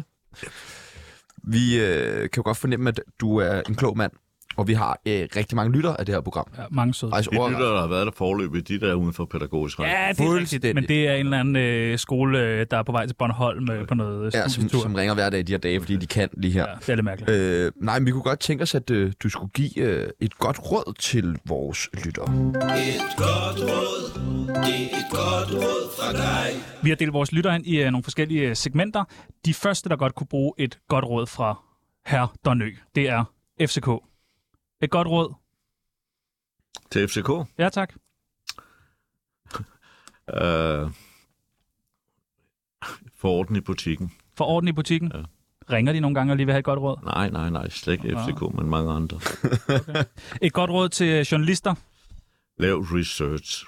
Vi kan jo godt fornemme, at du er en klog mand, og vi har rigtig mange lyttere af det her program. Ja, mange søde. De lyttere, der har været der forløbet, de der er uden for pædagogisk ret. Ja, det er rigtigt, men det er en eller anden skole, der er på vej til Bornholm på noget studietur. Som ringer hver dag i de her dage, fordi de kan lige her. Ja, det er lidt mærkeligt. Nej, men vi kunne godt tænke os, at du skulle give et godt råd til vores lyttere. Et godt råd, det er et godt råd fra dig. Vi har delt vores lyttere ind i nogle forskellige segmenter. De første, der godt kunne bruge et godt råd fra hr. Donø, det er FCK. Et godt råd. Til FCK? Ja, tak. For orden i butikken. For orden i butikken? Ja. Ringer de nogle gange og lige vil have et godt råd? Nej. Slet ikke FCK, men mange andre. Okay. Et godt råd til journalister? Lav research.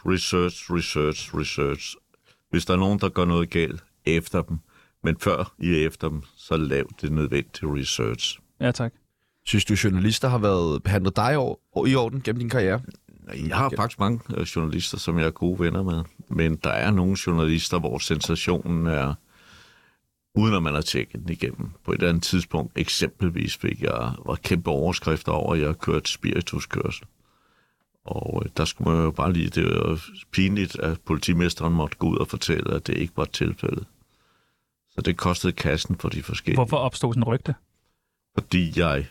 Hvis der er nogen, der gør noget galt, efter dem. Men før I er efter dem, så lav det nødvendige research. Ja, tak. Synes du, journalister har været behandlet dig i orden gennem din karriere? Jeg har faktisk mange journalister, som jeg er gode venner med. Men der er nogle journalister, hvor sensationen er, uden at man har tjekket den igennem. På et andet tidspunkt, eksempelvis fik jeg kæmpe overskrifter over, at jeg har kørt spirituskørsel. Og der skulle man jo bare lige, det var pinligt, at politimesteren måtte gå ud og fortælle, at det ikke var tilfældet. Så det kostede kassen for de forskellige. Hvorfor opstod sådan en rygte? Fordi jeg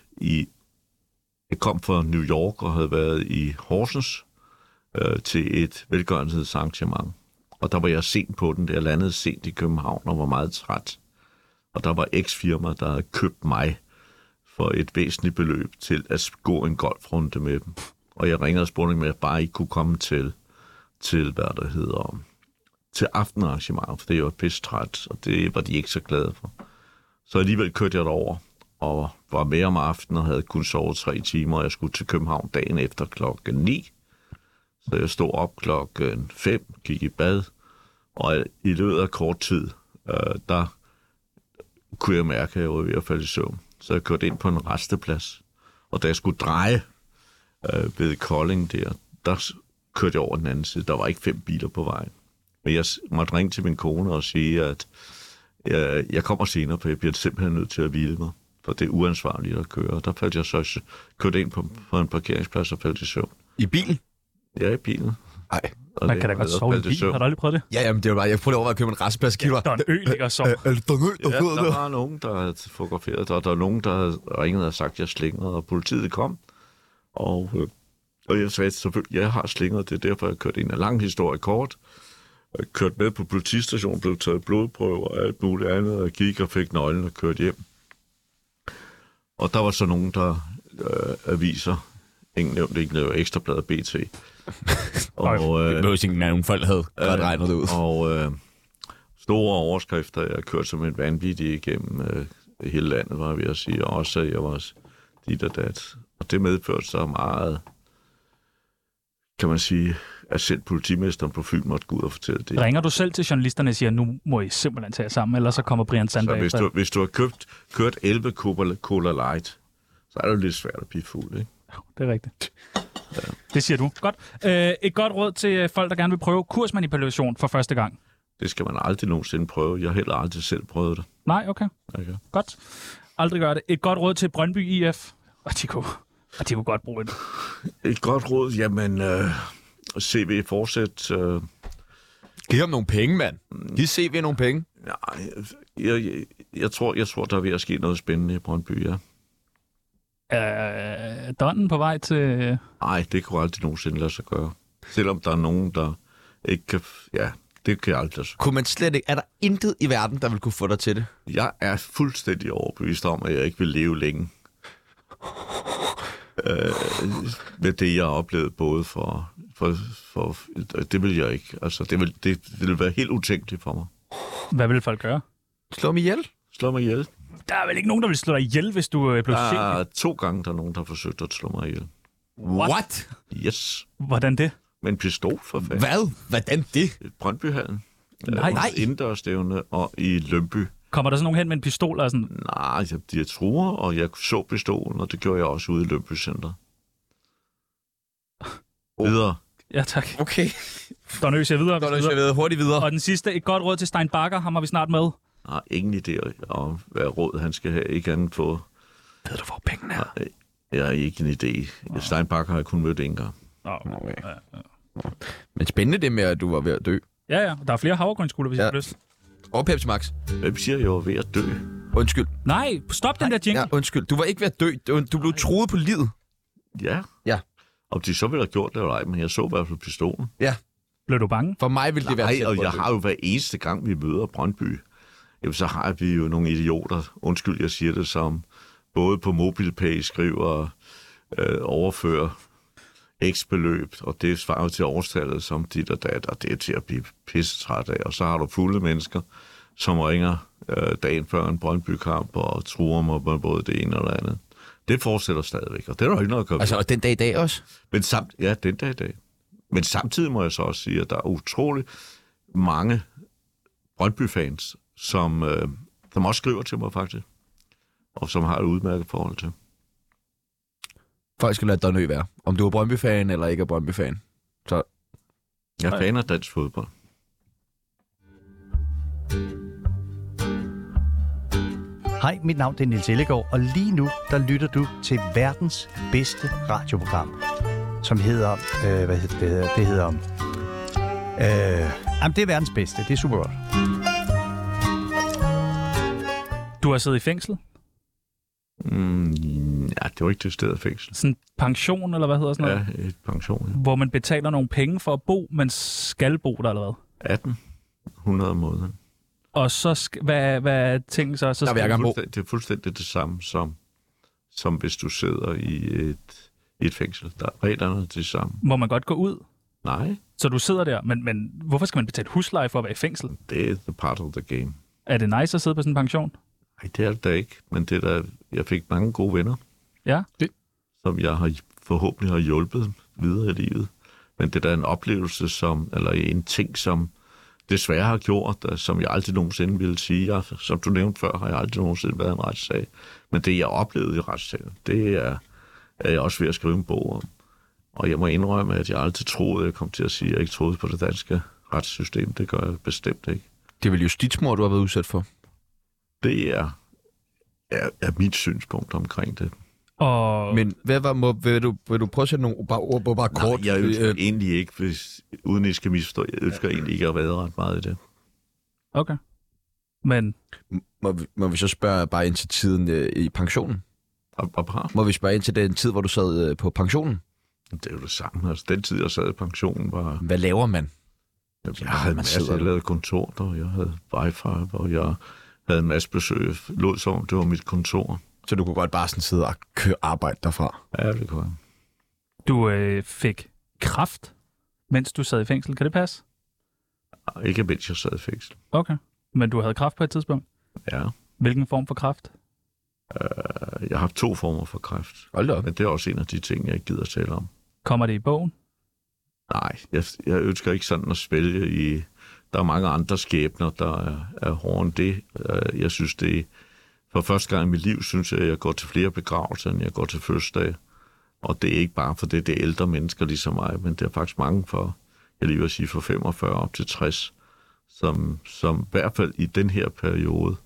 kom fra New York og havde været i Horsens til et velgørenhedsarrangement. Og der var jeg sent på den, jeg landede sent i København og var meget træt. Og der var X-firma, der havde købt mig for et væsentligt beløb til at gå en golfrunde med dem. Og jeg ringede og spurgte, om jeg bare ikke kunne komme til hvad der hedder, til aftenarrangement, for det var pisse træt, og det var de ikke så glade for. Så alligevel kørte jeg derover og var med om aftenen og havde kun sovet 3 timer, og jeg skulle til København dagen efter 9:00. Så jeg stod op 5:00, gik i bad, og i løbet af kort tid, der kunne jeg mærke, at jeg var ved at falde i søvn. Så jeg kørte ind på en resteplads, og da jeg skulle dreje ved Kolding der kørte jeg over den anden side. Der var ikke 5 biler på vejen. Men jeg måtte ringe til min kone og sige, at jeg kommer senere, for jeg bliver simpelthen nødt til at hvile mig. For det er uansvarligt at køre. Der faldt jeg så kørt ind på en parkeringsplads og faldt i søvn. I bilen? Ja, i bilen. Nej. Man kan da godt sove i bilen. Har du aldrig prøvet det? Ja, jamen det var bare, jeg prøvede over at købe en resteplads. Der er en ø, ligger og sov. Der var nogen, der havde fotograferet, og der var nogen, der havde ringet og sagt, at jeg slingede, og politiet kom. Og jeg sagde selvfølgelig, jeg har slingret, det er derfor, jeg kørte en lang historie kort. Jeg kørte med på politistationen, blev taget blodprøver og alt muligt andet, og gik og fik nøglen og kørte hjem. Og der var så nogen, der aviser, ingen nævnte Ekstrabladet BT. Og det behøver ikke nogen folk havde godt regnet det ud. Og store overskrifter, jeg kørte som en vanvittig igennem hele landet, var jeg ved at sige, og også at jeg var dit og dat. Og det medførte så meget, kan man sige, at selv politimesteren på Fyn måtte gå ud og fortælle det. Ringer du selv til journalisterne og siger, nu må I simpelthen tage jer sammen, eller så kommer Brian Sandberg efter? Hvis du har kørt 11 Cola Light, så er det jo lidt svært at blive fuld, ikke? Det er rigtigt. Ja. Det siger du. Godt. Et godt råd til folk, der gerne vil prøve kursmanipulation for første gang. Det skal man aldrig nogensinde prøve. Jeg har heller aldrig selv prøvet det. Nej, okay. Godt. Aldrig gør det. Et godt råd til Brøndby IF. De kunne godt bruge det. Et godt råd? Jamen, CV fortsæt. Giv ham nogle penge, mand. Giv CV nogle penge. Nej, jeg tror, der er ved at ske noget spændende i Brøndby, ja. Donnen på vej til... Nej, det kunne aldrig nogensinde lade sig gøre. Selvom der er nogen, der ikke kan... Ja, det kan jeg aldrig lade sig. Kunne man slet ikke... Er der intet i verden, der vil kunne få dig til det? Jeg er fuldstændig overbevist om, at jeg ikke vil leve længe. Med det, jeg har oplevet både for det vil jeg ikke. Altså, det vil være helt utænkeligt for mig. Hvad vil folk gøre? Slå mig ihjel? Slå mig ihjel. Der er vel ikke nogen, der vil slå dig ihjel, hvis du blev chef? Der er 2 gange, der er nogen, der har forsøgt at slå mig ihjel. What? Yes. Hvordan det? Med en pistol, for fanden. Hvad? Hvordan det? Brøndbyhallen. Nej. Indendørsstævne og i Lønby. Kommer der så nogen hen med en pistol og sådan? Nej, de er truer, og jeg så pistolen, og det gjorde jeg også ude i Lønby Center. Videre. Ja, tak. Okay. Don Øs, jeg videre. Hurtigt videre. Og den sidste, et godt råd til Stein Bakker, ham har vi snart med. Nej, ingen idé om, hvad råd han skal have. Ikke andet få... Ved du, hvor pengene er? Nej, jeg har ikke en idé. Stein Bakker har jeg kun mødt en gang. Okay. Ja. Men spændende det med, at du var ved at dø. Ja. Der er flere havregrønskoler, hvis jeg har lyst. Og Pepsi Max. Hvem siger, jeg var ved at dø? Undskyld. Nej, stop den der jingle. Ja, undskyld. Du var ikke ved at dø. Du blev truet på livet. Ja. Om de så ville have gjort det eller ej, men jeg så i hvert fald pistolen. Ja. Blev du bange? For mig ville det være og jeg har jo hver eneste gang, vi møder Brøndby, jamen, så har vi jo nogle idioter, undskyld, jeg siger det, som både på MobilePay skriver overfører x-beløb, og det svarer jo til årstallet som dit og dat, og det er til at blive pissetræt af. Og så har du fulde mennesker, som ringer dagen før en Brøndby-kamp og truer mig på både det ene og det andet. Det fortsætter stadigvæk, og det er der ikke noget at gøre. Altså, og den dag i dag også? Men den dag i dag. Men samtidig må jeg så også sige, at der er utrolig mange Brøndby-fans, som også skriver til mig faktisk, og som har et udmærket forhold til. Folk skal lade Don Ø være. Om du er Brøndby-fan eller ikke er Brøndby-fan. Så... Jeg er fan af dansk fodbold. Hej, mit navn er Niels Ellegaard, og lige nu der lytter du til verdens bedste radioprogram, som hedder... det er verdens bedste. Det er super godt. Du har siddet i fængsel? Ja, det var ikke til stedet fængsel. Sådan pension, eller hvad hedder sådan noget? Ja, et pension, ja. Hvor man betaler nogle penge for at bo, men skal bo der, eller hvad? 1800 om måneden. Og så hvad er ting så? Så der vil jeg gerne bo. Det er fuldstændig det samme, som hvis du sidder i et fængsel. Der er reglerne det samme. Må man godt gå ud? Nej. Så du sidder der, men hvorfor skal man betale husleje for at være i fængsel? Det er the part of the game. Er det nice at sidde på sådan en pension? Nej, det er det da ikke. Men det der, jeg fik mange gode venner. Ja. Som jeg forhåbentlig har hjulpet videre i livet. Men det er en oplevelse, eller en ting, som desværre har gjort, som jeg aldrig nogensinde ville sige. Som du nævnte før, har jeg aldrig nogensinde været en retssag. Men det, jeg oplevede i retssagen, det er jeg også ved at skrive en bog om. Og jeg må indrømme, at jeg aldrig troede, at jeg kom til at sige, at jeg ikke troede på det danske retssystem. Det gør jeg bestemt ikke. Det er vel justitsmord, du har været udsat for? Det er mit synspunkt omkring det. Og... Men vil du prøve at sætte nogle ord på bare kort? Nej, jeg ønsker egentlig ikke, uden I skal misforstå, jeg ønsker egentlig ikke at være ret meget i det. Okay. Men... Må vi så spørge bare ind til tiden i pensionen? Må vi spørge ind til den tid, hvor du sad på pensionen? Det er jo det samme. Altså, den tid, jeg sad i pensionen, var... Hvad laver man? Jeg havde masser af lavet kontor, og jeg havde wifi, og jeg havde en masse besøg. Lod som, det var mit kontor. Så du kunne godt bare sådan sidde og køre arbejde derfra? Ja, det kunne jeg. Du fik kræft, mens du sad i fængsel. Kan det passe? Ikke mens jeg sad i fængsel. Okay. Men du havde kræft på et tidspunkt? Ja. Hvilken form for kræft? Jeg har haft 2 former for kræft. Hold da op. Men det er også en af de ting, jeg ikke gider at tale om. Kommer det i bogen? Nej, jeg ønsker ikke sådan at spille i... Der er mange andre skæbner, der er hårdere end det. Jeg synes, det for første gang i mit liv, synes jeg, at jeg går til flere begravelser, end jeg går til fødselsdag. Og det er ikke bare for det er ældre mennesker ligesom mig, men det er faktisk mange for, jeg lige vil sige, fra 45 op til 60, som i hvert fald i den her periode,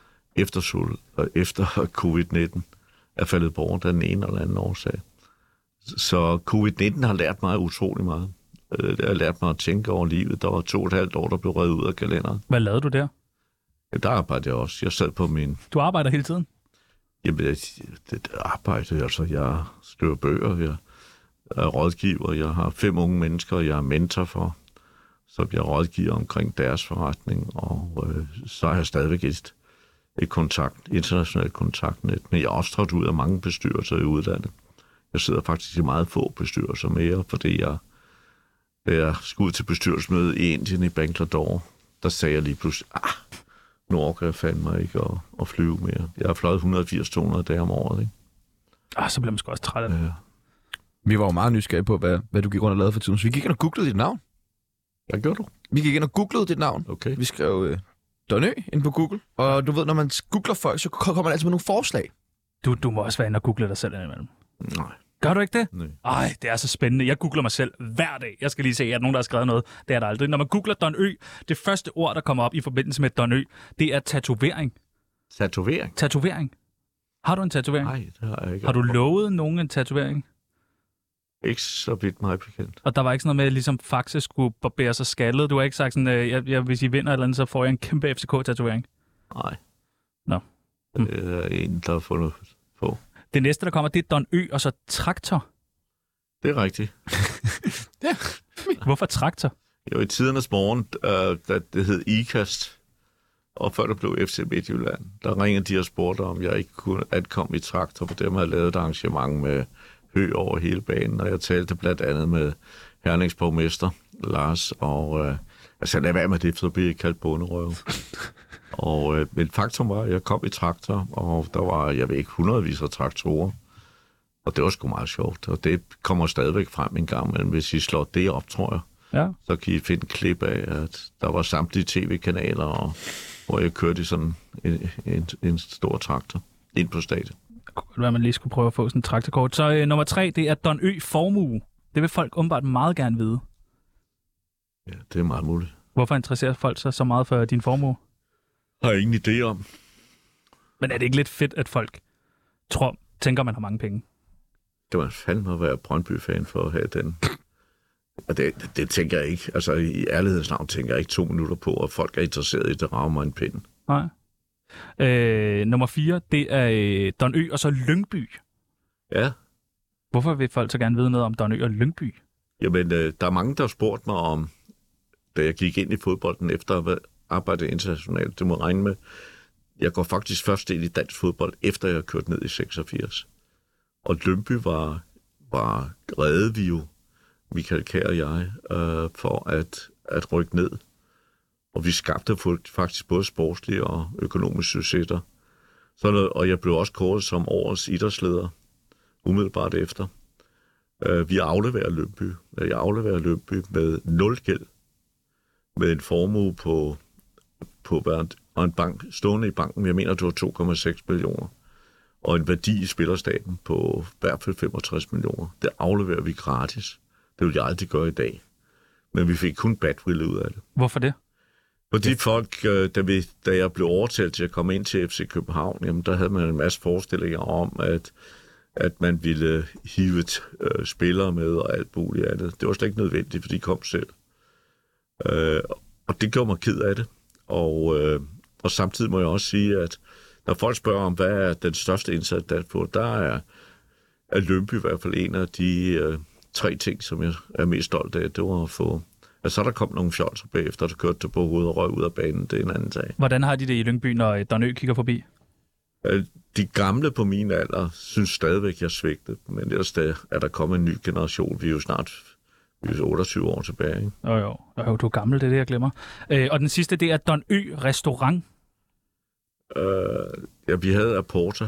efter covid-19, er faldet bort af den ene eller anden årsag. Så covid-19 har lært mig utrolig meget. Det har lært mig at tænke over livet. Der var 2,5 år, der blev revet ud af kalenderen. Hvad lavede du der? Ja, der arbejdede jeg også. Jeg sad på min... Du arbejder hele tiden? Jamen, det arbejde, altså jeg skriver bøger, jeg er rådgiver, jeg har 5 unge mennesker, jeg er mentor for, så jeg rådgiver omkring deres forretning, og så har jeg stadigvæk et internationalt kontaktnet, men jeg er også trådt ud af mange bestyrelser i udlandet. Jeg sidder faktisk i meget få bestyrelser mere, fordi jeg skulle ud til bestyrelsesmøde i Indien i Bangalore, der sagde jeg lige pludselig, nu orker jeg fandme ikke at flyve mere. Jeg har fløjet 180-200 dage om året, ikke? Så bliver man sgu også træt af det. Ja. Vi var jo meget nysgerrige på, hvad du gik rundt og lavede for tiden, så vi gik ind og googlede dit navn. Hvad gjorde du? Vi gik ind og googlede dit navn. Okay. Vi skrev Don Ø ind på Google, og du ved, når man googler folk, så kommer man altid med nogle forslag. Du må også være inde og google dig selv indimellem. Nej. Gør du ikke det? Nej. Ej, det er så spændende. Jeg googler mig selv hver dag. Jeg skal lige se, at nogen, der har skrevet noget. Det er der aldrig. Når man googler Don Ø, det første ord, der kommer op i forbindelse med Don Ø, det er tatovering. Tatovering? Tatovering. Har du en tatovering? Nej, det har jeg ikke. Har du lovet nogen en tatovering? Ikke så vidt mig bekendt. Og der var ikke sådan noget med, ligesom Faxe skulle barbere sig skaldet. Du har ikke sagt sådan, hvis I vinder eller andet, så får jeg en kæmpe FCK-tatovering. Nej. Nå. Det er en, der har fundet på. Det næste, der kommer, det er Don Ø og så traktor. Det er rigtigt. Ja. Hvorfor traktor? Jo, i tidernes morgen, da det hed IKAST, og før det blev FC Midtjylland, der ringede de og spurgte, om jeg ikke kunne ankomme i traktor, for dem havde lavet et arrangement med hø over hele banen, og jeg talte blandt andet med Hernings borgmester, Lars, og altså lad være med det, så blev jeg kaldt bonderøv. Og men faktum var, at jeg kom i traktor, og der var, jeg ved ikke, hundredvis af traktorer. Og det var sgu meget sjovt, og det kommer stadigvæk frem en gang, men hvis I slår det op, tror jeg, så kan I finde et klip af, at der var samtlige tv-kanaler, hvor jeg kørte i sådan en stor traktor ind på stadion. Hvad man lige skulle prøve at få sådan en traktorkort. Så nummer 3, det er Don Ø formue. Det vil folk åbenbart meget gerne vide. Ja, det er meget muligt. Hvorfor interesserer folk sig så meget for din formue? Har jeg ingen idé om. Men er det ikke lidt fedt, at folk tænker, man har mange penge? Det var fandme at være Brøndby-fan for at have den. Og det tænker jeg ikke. Altså i ærlighedens navn tænker jeg ikke 2 minutter på, at folk er interesseret i, at det rager mig en pind. Nej. Nummer 4, det er Don Ø og så Lyngby. Ja. Hvorfor vil folk så gerne vide noget om Don Ø og Lyngby? Jamen, der er mange, der har spurgt mig om, da jeg gik ind i fodbolden efter at have arbejdet internationalt. Det må regne med. Jeg går faktisk først ind i dansk fodbold, efter jeg har kørt ned i 86. Og Lyngby var reddet vi jo, Michael Kjær og jeg, for at rykke ned. Og vi skabte faktisk både sportslige og økonomiske succeser. Og jeg blev også kåret som årets idrætsleder, umiddelbart efter. Vi afleverer Lyngby. Jeg afleverer Lyngby med 0 gæld, med en formue på og en bank stående i banken. Jeg mener, det var 2,6 millioner. Og en værdi i spillerstaten på i hvert fald 65 millioner. Det afleverer vi gratis. Det ville jeg aldrig gøre i dag. Men vi fik kun badwill ud af det. Hvorfor det? Fordi folk, da jeg blev overtalt til at komme ind til FC København, jamen, der havde man en masse forestillinger om, at man ville hive spillere med og alt muligt andet. Det var slet ikke nødvendigt, for de kom selv. Og det gjorde mig ked af det. Og samtidig må jeg også sige, at når folk spørger om, hvad er den største indsats, der på, der er Lyngby i hvert fald en af de 3 ting, som jeg er mest stolt af. Det var at få... Altså, så der kom nogle fjolser bagefter, der kørte det på hovedet og røg ud af banen. Det er en anden sag. Hvordan har de det i Lyngby, når Don Ø kigger forbi? De gamle på min alder synes stadigvæk, jeg svigtede. Men ellers er der kommet en ny generation. Vi er jo snart 28 år tilbage. Ikke? Jo, du er gammel, det er det, jeg glemmer. Og den sidste, det er Don Ø Restaurant. Ja, vi havde Aporta,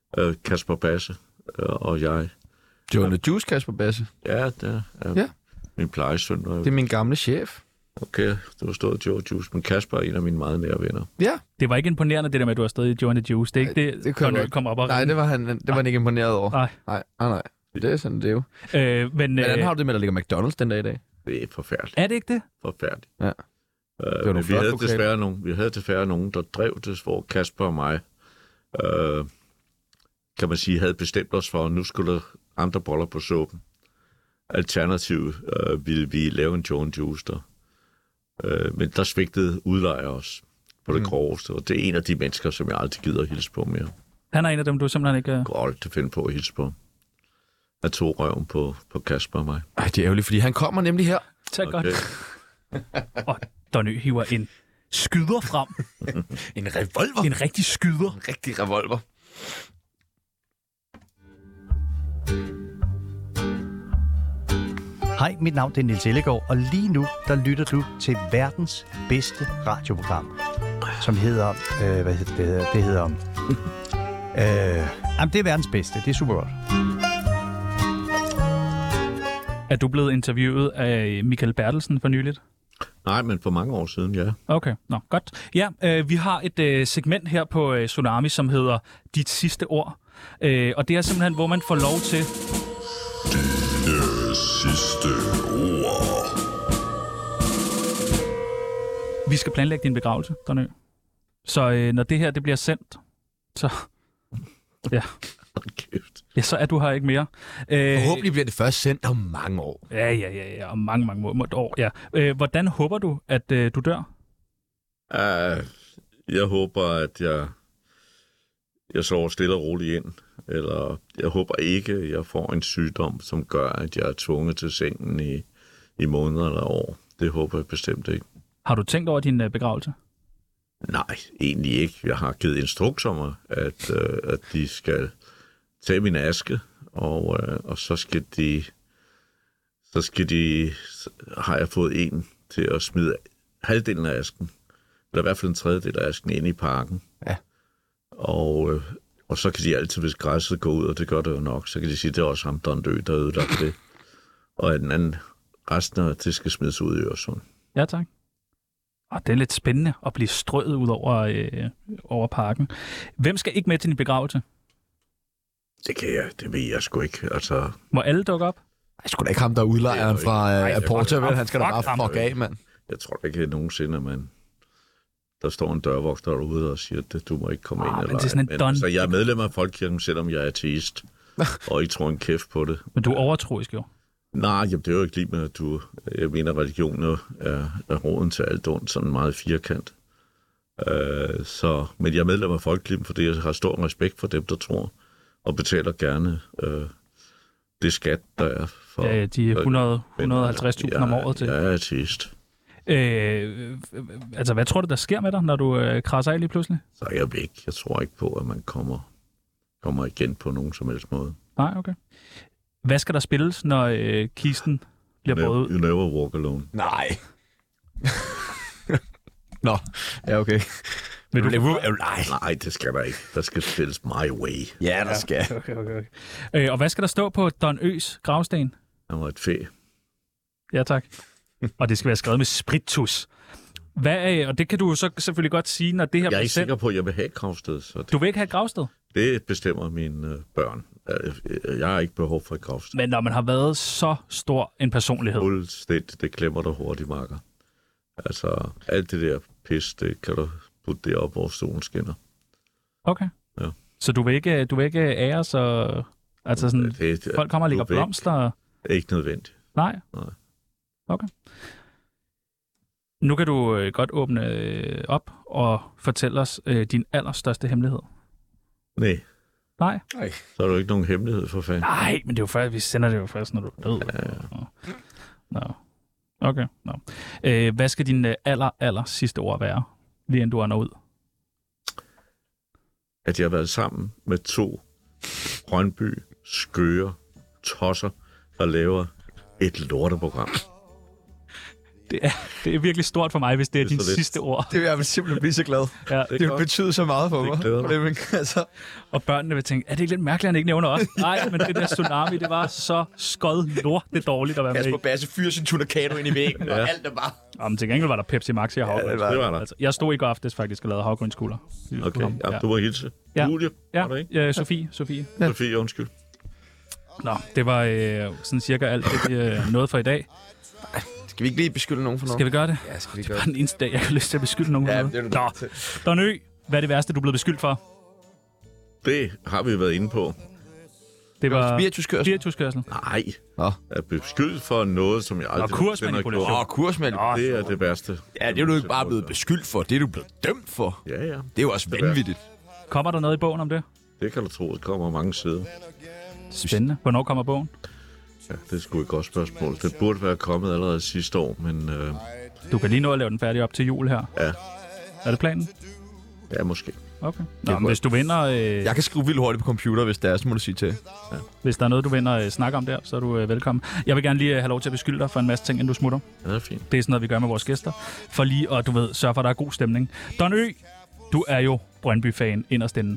Kasper Basse og jeg. Joe Juice, Kasper Basse. Ja, det er. Ja. Min plejesøn. Det er min gamle chef. Okay, du har stået i Joe Juice, men Kasper er en af mine meget nære venner. Ja. Det var ikke imponerende, det der med, at du har stået i Joe and the Juice. Det er ikke det, det kom op og nej, det var han ikke imponeret over. Nej. Det er sådan, det er jo. Men hvordan har du det med, at der ligger McDonald's den dag i dag? Det er forfærdeligt. Er det ikke det? Forfærdeligt. Ja. Men vi havde desværre nogen, der drev det, hvor Kasper og mig, kan man sige, havde bestemt os for, at nu skulle der andre boller på suppen. Alternativt ville vi lave en Joe and Juice der. Men der svigtede udlejer os på det groveste, og det er en af de mennesker, som jeg aldrig gider at hilse på mere. Han er en af dem, du simpelthen ikke... Jeg går aldrig til at finde på at hilse på. Jeg tog røven på Kasper og mig. Ej, det er ærgerligt, fordi han kommer nemlig her. Tak godt. Og Don Ø hiver en skyder frem. En revolver? En rigtig skyder. En rigtig revolver. Hej, mit navn er Niels Ellegaard, og lige nu, der lytter du til verdens bedste radioprogram, som hedder... Det hedder... det er verdens bedste. Det er super godt. Er du blevet interviewet af Michael Bertelsen for nyligt? Nej, men for mange år siden, ja. Okay, godt. Ja, vi har et segment her på Tsunami, som hedder Dit sidste ord. Og det er simpelthen, hvor man får lov til... Dit sidste ord. Vi skal planlægge din begravelse, Don Ø. Så når det her det bliver sendt, så... Ja. Ja, så er du her ikke mere. Forhåbentlig bliver det først sendt om mange år. Ja, om mange år, ja. Hvordan håber du, at du dør? Jeg håber, at jeg sover stille og roligt ind. Eller jeg håber ikke, at jeg får en sygdom, som gør, at jeg er tvunget til sengen i måneder eller år. Det håber jeg bestemt ikke. Har du tænkt over din begravelse? Nej, egentlig ikke. Jeg har givet instrukser om, at de skal tage min aske, og så har jeg fået en til at smide halvdelen af asken, eller i hvert fald en tredjedel af asken, ind i parken. Ja. Og så kan de altid, hvis græsset går ud, og det gør det jo nok, så kan de sige, at det er også ham, der er en død, der ødelagt det. Og at den anden, resten af det skal smides ud i Øresund. Ja, tak. Og det er lidt spændende at blive strøget ud over parken. Hvem skal ikke med til din begravelse? Det ved jeg sgu ikke. Altså... Må alle dukke op? Jeg sgu da ikke ham, der er udlejeren fra Porta, vel? Han skal da bare fuck af, mand. Jeg tror ikke nogensinde, at der står en dørvogter derude og siger, at du må ikke komme ind. Men det er sådan en altså, jeg er medlem af Folkekirken, selvom jeg er ateist, og ikke tror en kæft på det. Men du er overtroisk jo. Nej, jamen, det er jo ikke lige med, at jeg mener, religion er roden til alt ondt, sådan meget firkant. Men jeg er medlem af Folkekirken, fordi jeg har stor respekt for dem, der tror, og betaler gerne det skat, der er for... Ja, de 150.000 om året til. Jeg er ateist. Altså, hvad tror du, der sker med dig, når du krasser af lige pludselig? Så er jeg væk. Jeg tror ikke på, at man kommer igen på nogen som helst måde. Nej, okay. Hvad skal der spilles, når kisten bliver båret ud? You never walk alone. Nej. Nå, ja, okay. Nej, det skal der ikke. Der skal spilles My Way. Ja, der skal. Okay. Og hvad skal der stå på Don Øs gravsten? Han var et fæ. Ja, tak. Og det skal være skrevet med spritus. Og det kan du så selvfølgelig godt sige, når det her... Jeg er ikke sikker på, at jeg vil have et gravsted. Så Du vil ikke have et gravsted? Det bestemmer mine børn. Jeg har ikke behov for et gravsted. Men når man har været så stor en personlighed... Fuldstændig, det glemmer du hurtigt, Marker. Altså, alt det der pis, det kan du putte det op, hvor stolen skinner. Okay. Ja. Så du vil ikke æres og... Altså sådan, folk kommer og lægger blomster? Ikke nødvendigt. Nej? Okay. Nu kan du godt åbne op og fortælle os din allerstørste hemmelighed. Nej. Så er der ikke nogen hemmelighed for fanden. Nej, men det er jo først, vi sender det jo først, når du er død. Ja. Nå. Okay. Nå. Hvad skal din aller sidste ord være, lige inden du ender ud? At jeg har været sammen med 2 Brøndby skøre tosser, der laver et lorteprogram. Det er virkelig stort for mig, hvis det er dine så lidt. sidste ord. Det vil jeg simpelthen blive så glad. Ja. Det vil betyde så meget for mig. glæder mig. Flemming, altså. Og børnene vil tænke, er det ikke lidt mærkeligt, at han ikke nævner os? Nej, men det der tsunami, det var så skød lort. Det er dårligt at være med i. Kasper Basse fyrer sin tunacado ind i væggen, og alt er bare... Om til gengæld var der Pepsi Max i havregryn. det var der. Altså, jeg stod i går aftes faktisk og lavede havregrynsskulder. Okay, ja, du var hilse. Ja. Julie, Ja, var det ikke? ja, Sofie. Ja. Sofie, undskyld. Nå, det var sådan cirka alt det, vi nåede for i dag. Skal vi ikke lige beskylde nogen for noget? Skal vi gøre det? Ja, skal vi Det gøre var den eneste dag, jeg har lyst til at beskylde nogen for Ja, noget. det er du Nå, Don Ø, hvad er det værste, du er blevet beskyldt for? Det har vi været inde på. Det var spirituskørsel. Nej. Jeg er beskyldt for noget, som jeg aldrig... kursmanipulation. Kursmanipulation. Det er det værste. Ja, det er du ikke bare blevet beskyldt for. Det er du blevet dømt for. Ja. Det er jo også vanvittigt. Kommer der noget i bogen om det? Det kan du tro, det kommer mange sider. Spændende. Hvornår kommer bogen? Ja, det er sgu et godt spørgsmål. Det burde være kommet allerede sidste år, men... Du kan lige nå at lave den færdig op til jul her. Ja. Er det planen? Ja, måske. Okay. Nå, men hvis du vinder... Jeg kan skrive vildt hurtigt på computer, hvis det er, så må du sige til. Ja. Hvis der er noget, du vinder snakke om der, så er du velkommen. Jeg vil gerne lige have lov til at beskylde dig for en masse ting, inden du smutter. Ja, det er fint. Det er sådan noget, vi gør med vores gæster. For lige at, sørge for, at der er god stemning. Don Ø, du er jo Brøndby-fan inderst inde.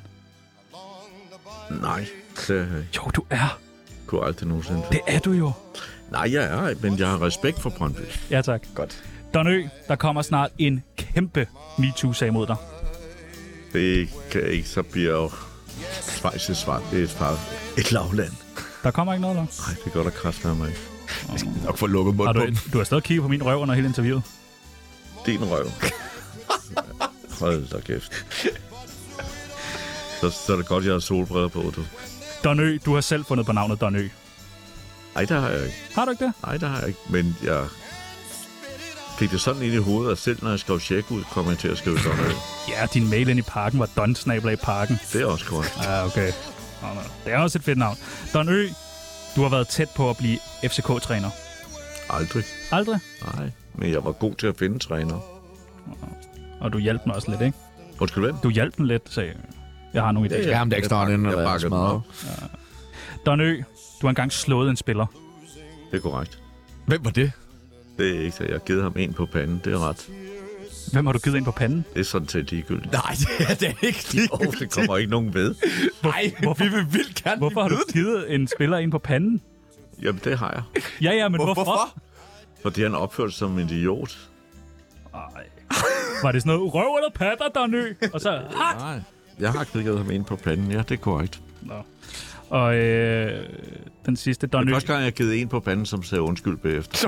Nej, det er jeg ikke. Jo, du er. Kunne aldrig nogensinde. Det er du jo. Nej, jeg er, men jeg har respekt for Brøndby. Ja, tak. Godt. Don Ø, der kommer snart en kæmpe MeToo-sag mod dig. Det kan ikke, så bliver jo Schweiz svar. Det er et lavland. Der kommer ikke noget, eller? Nej, det gør der kraftedeme mig ikke. Jeg skal nok få lukket munden på den. Du har stadig kigget på min røv under hele interviewet. Din røv. Hold da kæft. Så er det godt, jeg har solbriller på, du. Don Ø, du har selv fundet på navnet Don Ø. Nej, det har jeg ikke. Har du ikke det? Nej, det har jeg ikke. Men jeg fik det sådan ind i hovedet, at selv når jeg skrev check ud, kom jeg til at skrive Don Ø. Ja, din mail ind i parken var don@parken. Det er også korrekt. Ja, okay. Det er også et fedt navn. Don Ø, du har været tæt på at blive FCK-træner. Aldrig. Aldrig? Nej, men jeg var god til at finde træner. Og du hjalp den også lidt, ikke? Undskyld, hvem? Du hjalp den lidt, sagde jeg. Har nogle idéer. Ja, det er ekstra den, jeg bakkede den op. Ja. Don Ø, du har engang slået en spiller. Det er korrekt. Hvem var det? Det er ikke, så jeg har givet ham en på panden. Det er ret. Hvem har du givet ind på panden? Det er sådan set ligegyldigt. Nej, det er ikke ligegyldigt. Det kommer ikke nogen ved. Nej, vi vil vildt gerne. Hvorfor har du givet en spiller ind på panden? Jamen, det har jeg. Ja, men hvorfor? Fordi han opførte sig som en idiot. Ej. Var det sådan noget røv eller patter, Don Ø? Og så... Nej, jeg har givet ham en på panden. Ja, det er korrekt. Nå. Og den sidste, Don Ø... Det første gang, jeg har givet en på panden, som sagde undskyld bagefter.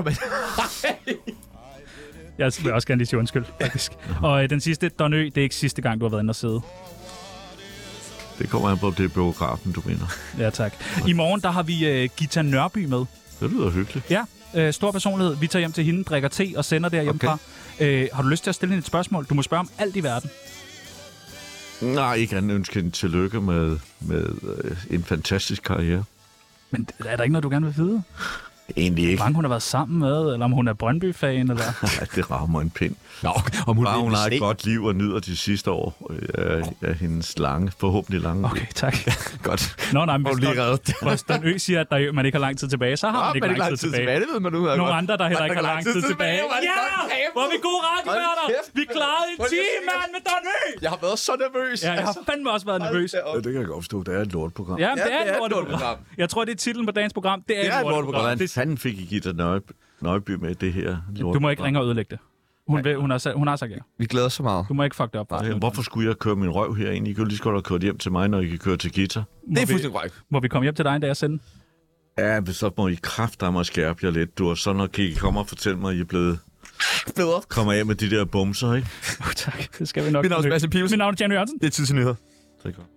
Jeg vil også gerne lige sige undskyld, faktisk. Og den sidste, Don Ø, det er ikke sidste gang, du har været inde og sidde. Det kommer an på, det er biografen, du mener. Ja, tak. I morgen, der har vi Gita Nørby med. Det lyder hyggeligt. Ja, stor personlighed. Vi tager hjem til hende, drikker te og sender derhjemmefra. Okay. Har du lyst til at stille hende et spørgsmål? Du må spørge om alt i verden. Nej, ikke andet ønske hende tillykke med en fantastisk karriere. Men er der ikke noget, du gerne vil vide? Egentlig ikke. Hvor mange hun har været sammen med, eller om hun er Brøndby-fan, eller... Nej, det rammer en pind. Nå, om hun, hun har et godt liv og nyder de sidste år af hendes forhåbentlig lange. Okay, tak. Godt. Nå, nej, men hvis Don Ø siger, at man ikke har lang tid tilbage, så har man ikke lang tid tilbage. Det ved man nu. Nogle andre, der heller ikke har lang tid tilbage. Ja! Hvor er vi gode radioværter! Vi klarede en time, mand, med Don Ø! Jeg har været så nervøs. Ja, jeg har fandme også været nervøs. Ja, det kan jeg godt forstå. Det er et lortprogram. Ja, det er et lortprogram. Jeg tror, det er titlen på dagens program. Det er et lortprogram. Hvordan fanden fik I Gita Nørby med det her lortprogram? Du må ikke ringe og ødelægge det. Hun har sagt ja. Vi glæder os så meget. Du må ikke fuck det op. Hvorfor skulle jeg køre min røv herinde? I kan lige så godt have kørt hjem til mig, når I kan køre til Gita. Det er fuldstændig korrekt. Må vi komme hjem til dig en dag og sende? Ja, så må I kraftedeme og skærpe jer lidt. Du har så nok ikke komme og fortælle mig, at I er blevet bedre. Kommer af med de der bumser, ikke? Tak, det skal vi nok. Mit navn er Sebastian Pibelsen. Mit navn er Jan Jørgensen. Det er tid til nyheder. Det er godt.